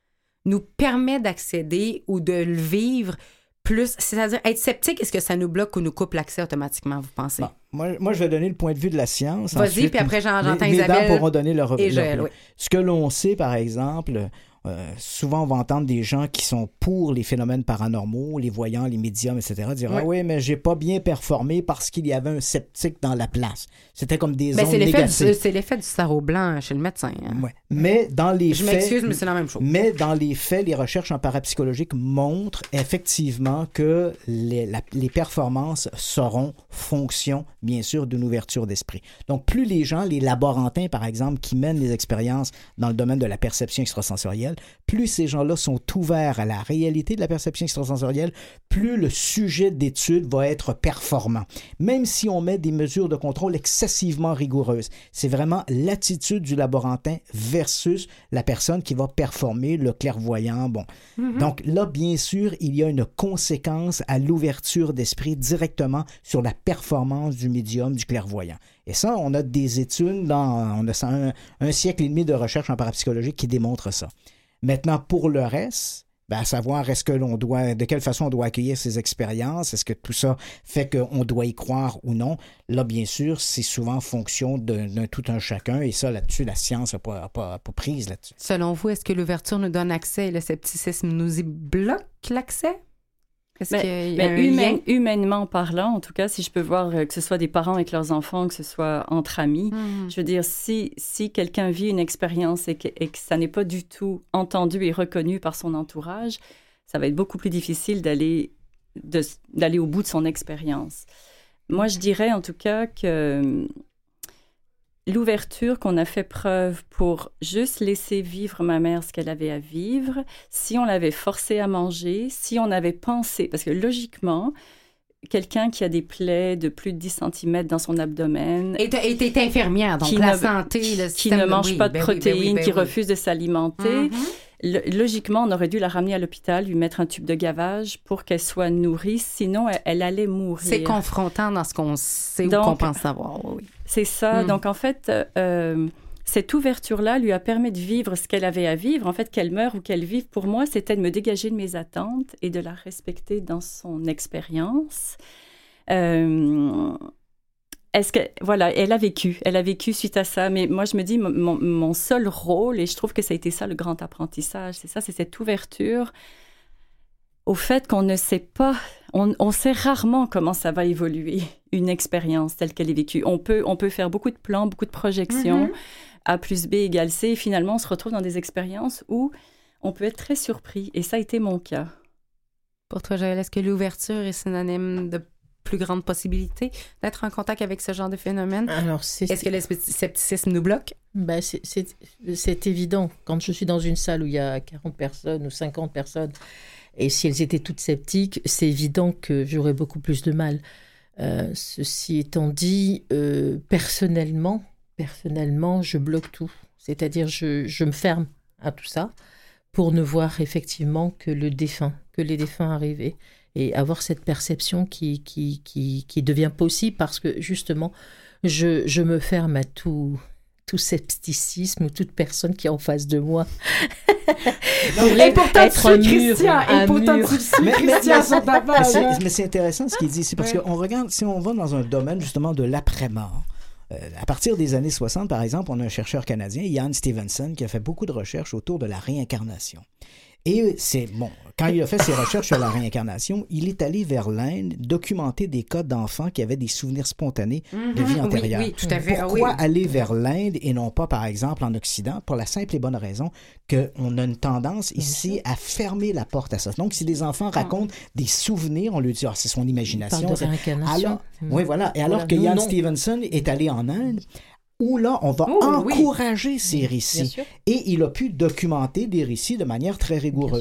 nous permet d'accéder ou de le vivre plus? C'est-à-dire, être sceptique, est-ce que ça nous bloque ou nous coupe l'accès automatiquement, vous pensez? Bon, moi, je vais donner le point de vue de la science. Vas-y, Ensuite, puis après, j'entends les Isabelle dames pourront donner leur et Joël, leur- oui. Ce que l'on sait, par exemple, souvent, on va entendre des gens qui sont pour les phénomènes paranormaux, les voyants, les médiums, etc., dire « Ah oui, mais j'ai pas bien performé parce qu'il y avait un sceptique dans la place. » C'était comme des ondes négatives. C'est l'effet du sarreau blanc chez le médecin. Hein. Ouais. Mais dans les Je faits... m'excuse, mais c'est la même chose. Mais dans les faits, les recherches en parapsychologique montrent effectivement que les performances seront fonction, bien sûr, d'une ouverture d'esprit. Donc, plus les gens, les laborantins, par exemple, qui mènent les expériences dans le domaine de la perception extrasensorielle, plus ces gens-là sont ouverts à la réalité de la perception extrasensorielle, plus le sujet d'étude va être performant. Même si on met des mesures de contrôle excessivement rigoureuses, c'est vraiment l'attitude du laborantin versus la personne qui va performer, le clairvoyant. Bon. Donc là, bien sûr, il y a une conséquence à l'ouverture d'esprit directement sur la performance du médium, du clairvoyant. Et ça, on a des études, on a un siècle et demi de recherche en parapsychologie qui démontrent ça. Maintenant, pour le reste, à savoir de quelle façon on doit accueillir ces expériences, est-ce que tout ça fait qu'on doit y croire ou non? Là, bien sûr, c'est souvent en fonction d'un tout un chacun, et ça, là-dessus, la science n'a pas prise là-dessus. Selon vous, est-ce que l'ouverture nous donne accès et le scepticisme nous y bloque l'accès? Est-ce qu'il y a un lien? Humainement parlant, en tout cas, si je peux voir que ce soit des parents avec leurs enfants, que ce soit entre amis, je veux dire, si quelqu'un vit une expérience et que ça n'est pas du tout entendu et reconnu par son entourage, ça va être beaucoup plus difficile d'aller au bout de son expérience. Moi, je dirais en tout cas que l'ouverture qu'on a fait preuve pour juste laisser vivre ma mère ce qu'elle avait à vivre, si on l'avait forcée à manger, si on avait pensé, parce que logiquement, quelqu'un qui a des plaies de plus de 10 cm dans son abdomen... Et t'es infirmière, donc la santé, le qui ne mange pas de protéines, qui oui. refuse de s'alimenter... Logiquement, on aurait dû la ramener à l'hôpital, lui mettre un tube de gavage pour qu'elle soit nourrie, sinon elle allait mourir. C'est confrontant dans ce qu'on sait ou qu'on pense savoir. Oui. C'est ça. Donc, en fait, cette ouverture-là lui a permis de vivre ce qu'elle avait à vivre. En fait, qu'elle meure ou qu'elle vive, pour moi, c'était de me dégager de mes attentes et de la respecter dans son expérience. Voilà, elle a vécu suite à ça, mais moi je me dis mon seul rôle, et je trouve que ça a été ça le grand apprentissage, c'est cette ouverture au fait qu'on ne sait pas, on sait rarement comment ça va évoluer, une expérience telle qu'elle est vécue. On peut faire beaucoup de plans, beaucoup de projections, A plus B égale C, et finalement on se retrouve dans des expériences où on peut être très surpris, et ça a été mon cas. Pour toi, Joël, est-ce que l'ouverture est synonyme de plus grande possibilité d'être en contact avec ce genre de phénomène? Alors, est-ce que le scepticisme nous bloque? Ben, c'est évident. Quand je suis dans une salle où il y a 40 personnes ou 50 personnes, et si elles étaient toutes sceptiques, c'est évident que j'aurais beaucoup plus de mal. Ceci étant dit, personnellement, je bloque tout. C'est-à-dire, je me ferme à tout ça pour ne voir effectivement que les défunts arriver. Et avoir cette perception qui devient possible parce que, justement, je me ferme à tout scepticisme ou toute personne qui est en face de moi. Et pourtant, Christian sur ta page. Mais c'est intéressant ce qu'il dit ici, parce qu'on regarde, si on va dans un domaine, justement, de l'après-mort, à partir des années 60, par exemple, on a un chercheur canadien, Ian Stevenson, qui a fait beaucoup de recherches autour de la réincarnation. Et quand il a fait ses recherches sur la réincarnation, il est allé vers l'Inde documenter des cas d'enfants qui avaient des souvenirs spontanés de vie antérieure. Oui, tout à fait. Pourquoi aller vers l'Inde et non pas, par exemple, en Occident? Pour la simple et bonne raison qu'on a une tendance ici à fermer la porte à ça. Donc, si des enfants racontent des souvenirs, on lui dit « c'est son imagination ». Il parle de réincarnation. Oui, voilà. Et alors que Ian Stevenson est allé en Inde, où là, on va encourager ces récits. Et il a pu documenter des récits de manière très rigoureuse.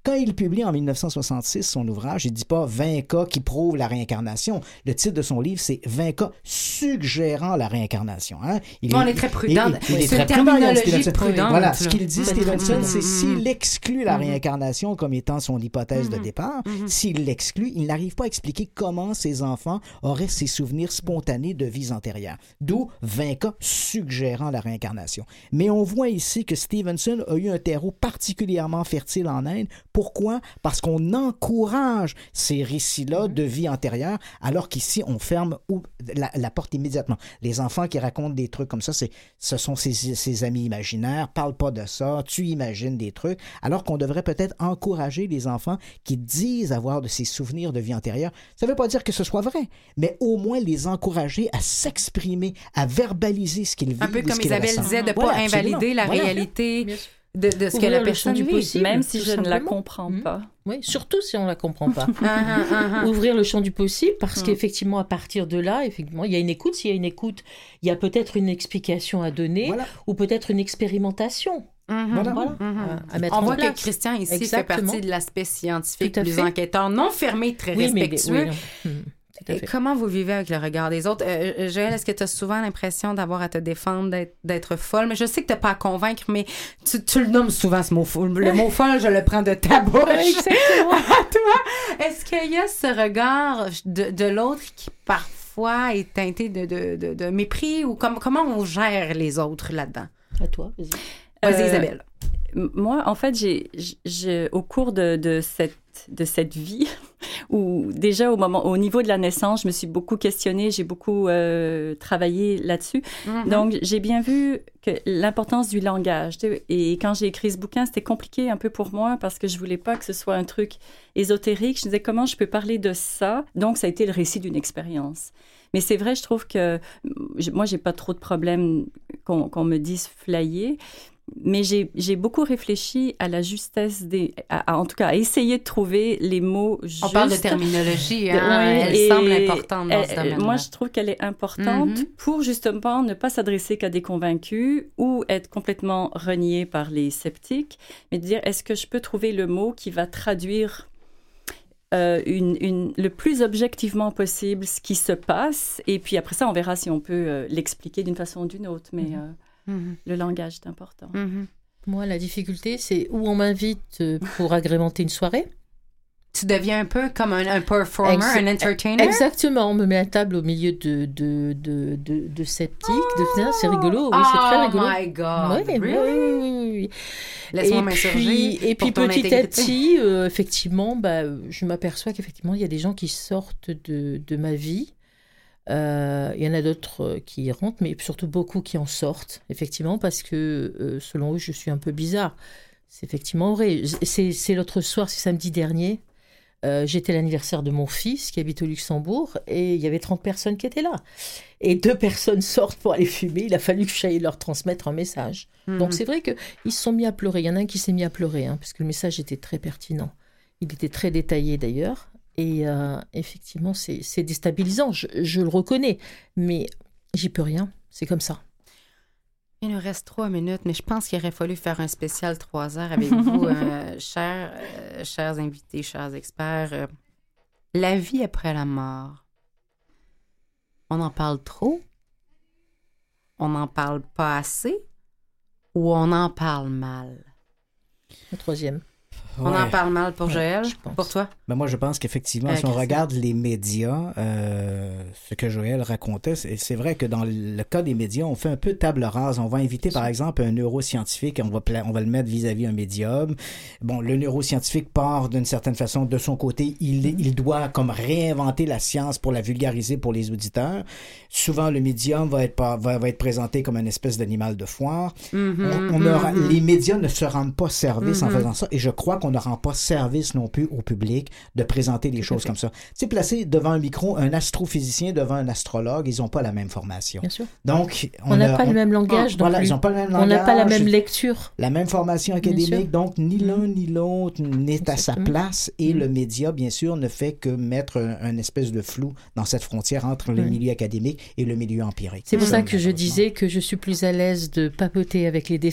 Quand il publie en 1966 son ouvrage, il ne dit pas 20 cas qui prouvent la réincarnation. Le titre de son livre, c'est 20 cas suggérant la réincarnation. Hein? On est très prudent. Il est C'est très une prudent, terminologie Stevenson. prudente. Voilà, ce là. qu'il dit, Stevenson, c'est s'il exclut la réincarnation comme étant son hypothèse de départ, s'il l'exclut, il n'arrive pas à expliquer comment ses enfants auraient ces souvenirs spontanés de vies antérieures. D'où 20 cas suggérant la réincarnation. Mais on voit ici que Stevenson a eu un terreau particulièrement fertile en Inde. Pourquoi? Parce qu'on encourage ces récits-là de vie antérieure, alors qu'ici, on ferme la porte immédiatement. Les enfants qui racontent des trucs comme ça, ce sont ses amis imaginaires, parle pas de ça, tu imagines des trucs, alors qu'on devrait peut-être encourager les enfants qui disent avoir de ces souvenirs de vie antérieure. Ça ne veut pas dire que ce soit vrai, mais au moins les encourager à s'exprimer, à verbaliser ce qu'ils vivent. Un peu comme ce qu'ils Isabelle ressentent. disait, de ne Voilà, pas absolument. invalider la Voilà. réalité Bien sûr. de ce que Ouvrir la le personne champ du vit. possible. Même si tout je ne la simplement. comprends pas. Oui, surtout si on ne la comprend pas. Ah. Ouvrir le champ du possible, parce qu'effectivement, à partir de là, effectivement, il y a une écoute. S'il y a une écoute, il y a peut-être une explication à donner, Voilà. ou peut-être une expérimentation. Voilà. À mettre On en voit que place. Christian ici Exactement. fait partie de l'aspect scientifique, Tout à plus fait. enquêteur, non fermé, très Oui, mais respectueux. oui, non. Tout à Et fait. comment vous vivez avec le regard des autres? Joël, est-ce que tu as souvent l'impression d'avoir à te défendre, d'être folle? Mais je sais que tu n'as pas à convaincre, mais tu le nommes souvent, ce mot folle. Le mot folle, je le prends de ta bouche. Exactement. À toi. Est-ce qu'il y a ce regard de l'autre qui parfois est teinté de mépris? Ou comment on gère les autres là-dedans? À toi, vas-y. Vas-y, Isabelle. Moi, en fait, au cours de cette vie, où déjà au niveau de la naissance, je me suis beaucoup questionnée, j'ai beaucoup travaillé là-dessus. Donc, j'ai bien vu que l'importance du langage. Et quand j'ai écrit ce bouquin, c'était compliqué un peu pour moi parce que je voulais pas que ce soit un truc ésotérique. Je me disais comment je peux parler de ça. Donc, ça a été le récit d'une expérience. Mais c'est vrai, je trouve que moi, j'ai pas trop de problèmes qu'on me dise flyer. Mais j'ai beaucoup réfléchi à la justesse en tout cas, à essayer de trouver les mots justes. On parle de terminologie, hein? Ouais, Elle et semble importante dans ce domaine-là. Moi, je trouve qu'elle est importante pour justement ne pas s'adresser qu'à des convaincus ou être complètement renié par les sceptiques, mais de dire est-ce que je peux trouver le mot qui va traduire le plus objectivement possible ce qui se passe, et puis après ça, on verra si on peut l'expliquer d'une façon ou d'une autre, mais le langage est important. Moi, la difficulté, c'est où on m'invite pour agrémenter une soirée. Tu deviens un peu comme un performer, un entertainer. Exactement, on me met à table au milieu de sceptiques. C'est rigolo, oui, c'est très rigolo. Oh my God, Oui, really? oui. Laisse-moi m'insurger Et puis pour ton petit à intégrité. petit, effectivement, je m'aperçois qu'effectivement, il y a des gens qui sortent de ma vie. Il y en a d'autres qui y rentrent, mais surtout beaucoup qui en sortent, effectivement, parce que selon eux, je suis un peu bizarre. C'est effectivement vrai. C'est l'autre soir, c'est samedi dernier. J'étais à l'anniversaire de mon fils qui habite au Luxembourg et il y avait 30 personnes qui étaient là. Et 2 personnes sortent pour aller fumer. Il a fallu que j'aille leur transmettre un message. Donc c'est vrai qu'ils se sont mis à pleurer. Il y en a un qui s'est mis à pleurer parce que le message était très pertinent. Il était très détaillé d'ailleurs. Et effectivement, c'est déstabilisant. Je le reconnais. Mais j'y peux rien. C'est comme ça. Il nous reste 3 minutes, mais je pense qu'il aurait fallu faire un spécial 3 heures avec vous, chers invités, chers experts. La vie après la mort. On en parle trop? On n'en parle pas assez? Ou on en parle mal? Le troisième. On en parle mal pour Joël? je pense. Pour toi? Ben moi, je pense qu'effectivement, si on Christian. regarde les médias, ce que Joël racontait, c'est vrai que dans le cas des médias, on fait un peu table rase. On va inviter, par exemple, un neuroscientifique, on va le mettre vis-à-vis un médium. Bon, le neuroscientifique part d'une certaine façon de son côté. Il doit comme réinventer la science pour la vulgariser pour les auditeurs. Souvent, le médium va être présenté comme une espèce d'animal de foire. Les médias ne se rendent pas service en faisant ça. Et je crois qu'on ne rend pas service non plus au public de présenter des choses comme ça. Tu sais, placer devant un micro un astrophysicien devant un astrologue, ils n'ont pas la même formation. Bien sûr. Donc, On n'a pas le même langage. non Voilà, plus. ils n'ont pas le même langage. On n'a pas la même lecture. La même formation Bien académique, sûr. donc ni l'un ni l'autre n'est à sa Exactement. place et le média, bien sûr, ne fait que mettre un espèce de flou dans cette frontière entre le milieu académique et le milieu empirique. C'est pour ça que je malheureusement. disais que je suis plus à l'aise de papoter avec les défunts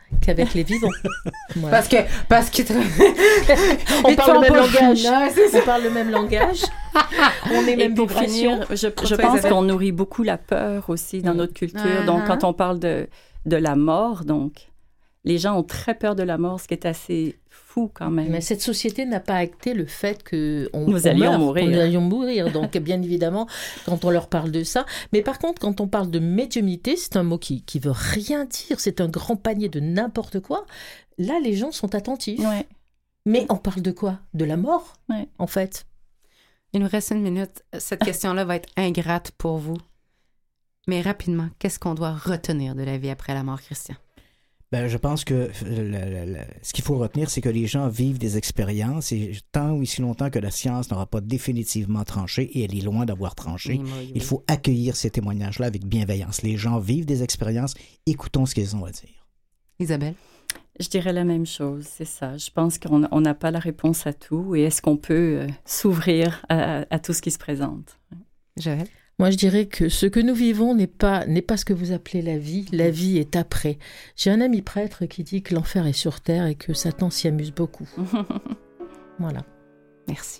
qu'avec les vivants. Voilà. Parce que On parle le même langage. Non, c'est ça. On parle le même langage. On est Et même pour vibration. finir, je toi, pense Isabelle? qu'on nourrit beaucoup la peur aussi dans notre culture. Donc, quand on parle de la mort, donc, les gens ont très peur de la mort, ce qui est assez fou quand même. Mais cette société n'a pas acté le fait que Nous allions mourir. Nous allions mourir. Donc, bien évidemment, quand on leur parle de ça. Mais par contre, quand on parle de médiumnité, c'est un mot qui veut rien dire. C'est un grand panier de n'importe quoi. Là, les gens sont attentifs. Ouais. Mais on parle de quoi? De la mort, Ouais. en fait. Il nous reste 1 minute. Cette question-là va être ingrate pour vous. Mais rapidement, qu'est-ce qu'on doit retenir de la vie après la mort, Christian? Ben, je pense que ce qu'il faut retenir, c'est que les gens vivent des expériences et tant ou aussi longtemps que la science n'aura pas définitivement tranché, et elle est loin d'avoir tranché, Oui. il faut accueillir ces témoignages-là avec bienveillance. Les gens vivent des expériences, écoutons ce qu'ils ont à dire. Isabelle? Je dirais la même chose, c'est ça. Je pense qu'on n'a pas la réponse à tout. Et est-ce qu'on peut s'ouvrir à tout ce qui se présente? Joël? Moi, je dirais que ce que nous vivons n'est pas ce que vous appelez la vie. La vie est après. J'ai un ami prêtre qui dit que l'enfer est sur terre et que Satan s'y amuse beaucoup. Voilà. Merci.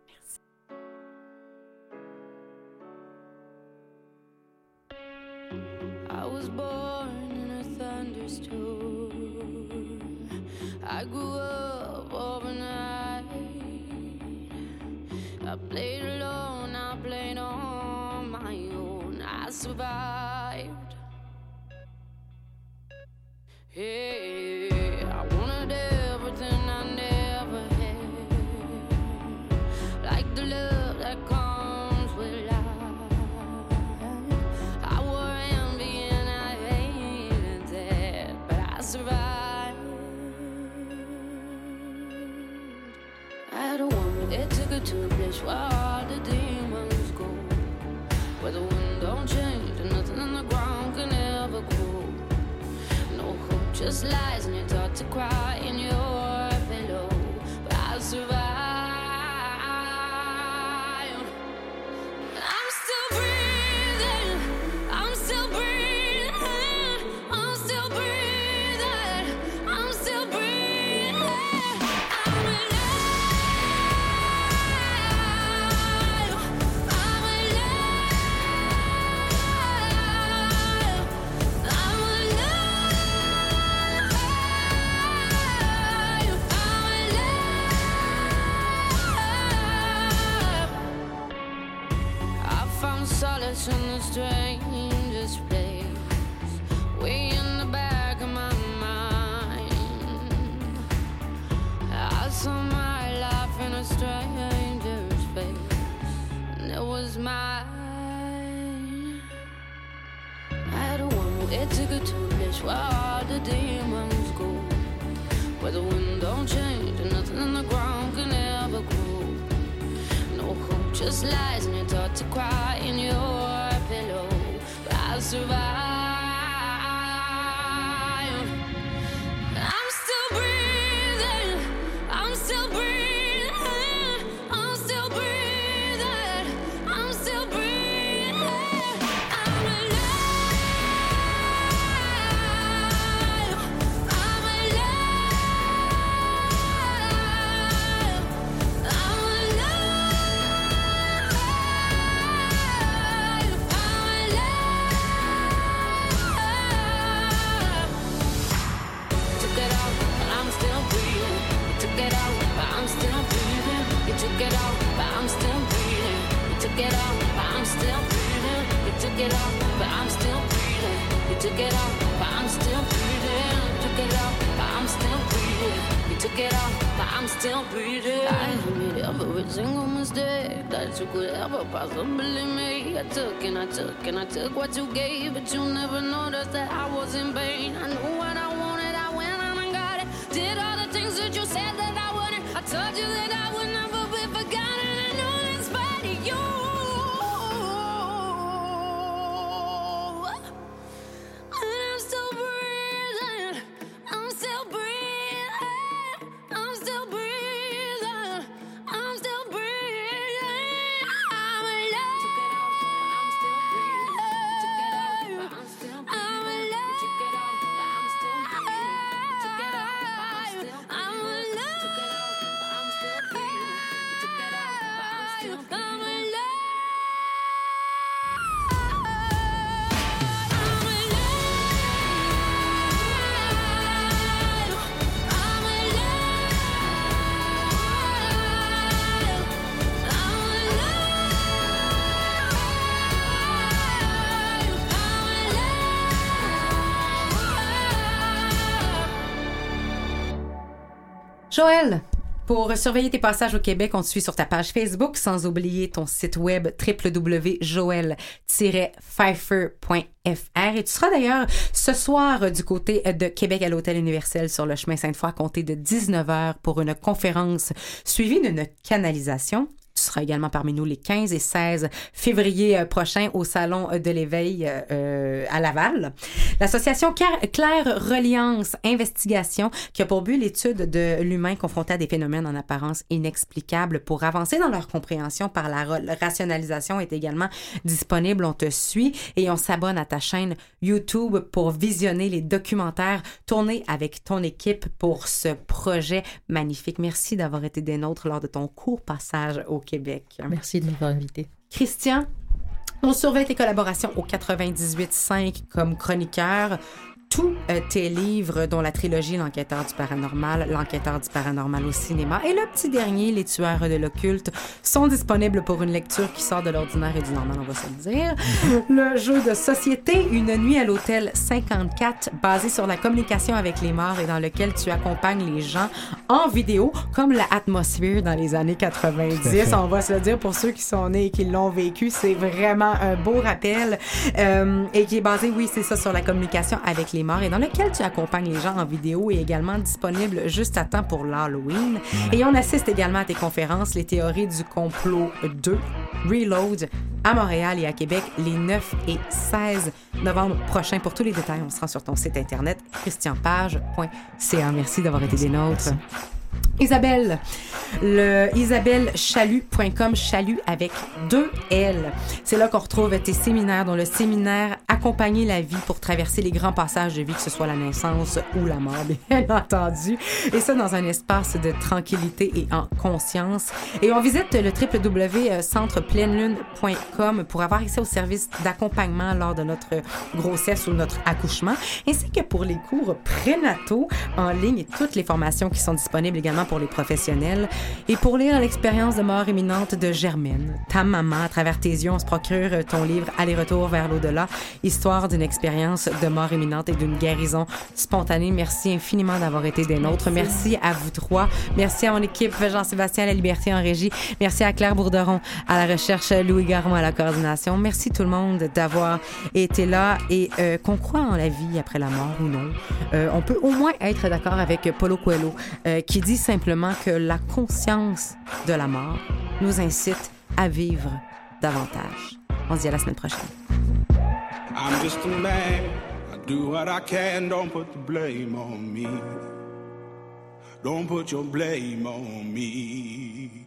I was born in a thunderstorm. I grew up overnight. I played alone, I played on my own. I survived. Hey, I wanted everything I never had, like the love that comes with life. I wore envy and I hated that, but I survived. I had a woman that took her to a place where all the demons go, where the wind don't change and nothing on the ground can ever grow. No hope, just lies, and you're taught to cry in your pillow. But I survived. I'm still breathing. I'm still breathing. I'm still breathing. I'm still breathing. I'm alive. I'm alive. I'm alive. I found solace in the strangest place, way in the back of my mind. I saw my life in a stranger's face, and it was mine. I had a woman, it took her to a place where all the demons go, where the wind don't change and nothing on the ground can ever grow. No hope, just lies, and you're taught to cry in your pillow. But I survived. I'm still breathing. I'm still breathing. I'm still breathing. I'm still breathing. I'm alive. I'm alive. I'm alive. Took it out, but I'm still breathing. You took it out, but I'm still breathing. You took it out, but I'm still breathing. You took it out, but I'm still breathing. You took it out, but I'm still breathing. You took it out, but I'm still breathing. You took it out, but I'm still breathing. You took it out, but I'm still breathing. I made every single mistake that you could ever possibly make. I took and I took and I took what you gave, but you never noticed that I was in pain. I knew what I wanted, I went out and got it. Did all the things that you said that I wouldn't. I told you that I would never be forgotten. I know that's spite of you. And I'm still breathing. I'm still breathing. I'm still breathing. I'm still breathing. I'm alive. I'm still breathing. I'm alive. I'm still breathing. Joël, pour surveiller tes passages au Québec, on te suit sur ta page Facebook, sans oublier ton site web www.joel-pfeiffer.fr. Et tu seras d'ailleurs ce soir du côté de Québec à l'Hôtel Universel sur le chemin Sainte-Foy à compter de 19h pour une conférence suivie d'une canalisation. Tu seras également parmi nous les 15 et 16 février prochains au Salon de l'Éveil à Laval. L'association Claire Reliance Investigation, qui a pour but l'étude de l'humain confronté à des phénomènes en apparence inexplicables pour avancer dans leur compréhension par la rationalisation, est également disponible. On te suit et on s'abonne à ta chaîne YouTube pour visionner les documentaires tournés avec ton équipe pour ce projet magnifique. Merci d'avoir été des nôtres lors de ton court passage au Québec. Merci de m'avoir invité. Christian, on surveille tes collaborations au 98.5 comme chroniqueur. Tous tes livres, dont la trilogie L'Enquêteur du paranormal au cinéma et le petit dernier, Les Tueurs de l'occulte, sont disponibles pour une lecture qui sort de l'ordinaire et du normal, on va se le dire. Le jeu de société, Une nuit à l'hôtel 54, basé sur la communication avec les morts et dans lequel tu accompagnes les gens en vidéo, comme la Atmosphere dans les années 90. On va se le dire pour ceux qui sont nés et qui l'ont vécu. C'est vraiment un beau rappel et qui est basé, oui, c'est ça, sur la communication avec les morts et dans lequel tu accompagnes les gens en vidéo et également disponible juste à temps pour l'Halloween. Et on assiste également à tes conférences, Les théories du complot 2, Reload, à Montréal et à Québec les 9 et 16 novembre prochains. Pour tous les détails, on se rend sur ton site internet christianpage.ca. Merci d'avoir été des nôtres. Isabelle, le isabellechalut.com, chalut avec 2 L. C'est là qu'on retrouve tes séminaires, dont le séminaire Accompagner la vie pour traverser les grands passages de vie, que ce soit la naissance ou la mort, bien entendu. Et ça, dans un espace de tranquillité et en conscience. Et on visite le www.centrepleinelune.com pour avoir accès aux services d'accompagnement lors de notre grossesse ou notre accouchement, ainsi que pour les cours prénataux en ligne et toutes les formations qui sont disponibles également pour les professionnels. Et pour lire l'expérience de mort imminente de Germaine, ta maman, à travers tes yeux, on se procure ton livre Aller-retour vers l'au-delà, histoire d'une expérience de mort imminente et d'une guérison spontanée. Merci infiniment d'avoir été des nôtres. Merci à vous trois. Merci à mon équipe, Jean-Sébastien à la Liberté en régie. Merci à Claire Bourderon à la recherche, Louis Garon à la coordination. Merci tout le monde d'avoir été là et qu'on croit en la vie après la mort ou non. On peut au moins être d'accord avec Paulo Coelho qui dit simplement que la conscience de la mort nous incite à vivre davantage. On se dit à la semaine prochaine. I'm just a man. I do what I can. Don't put the blame on me. Don't put your blame on me.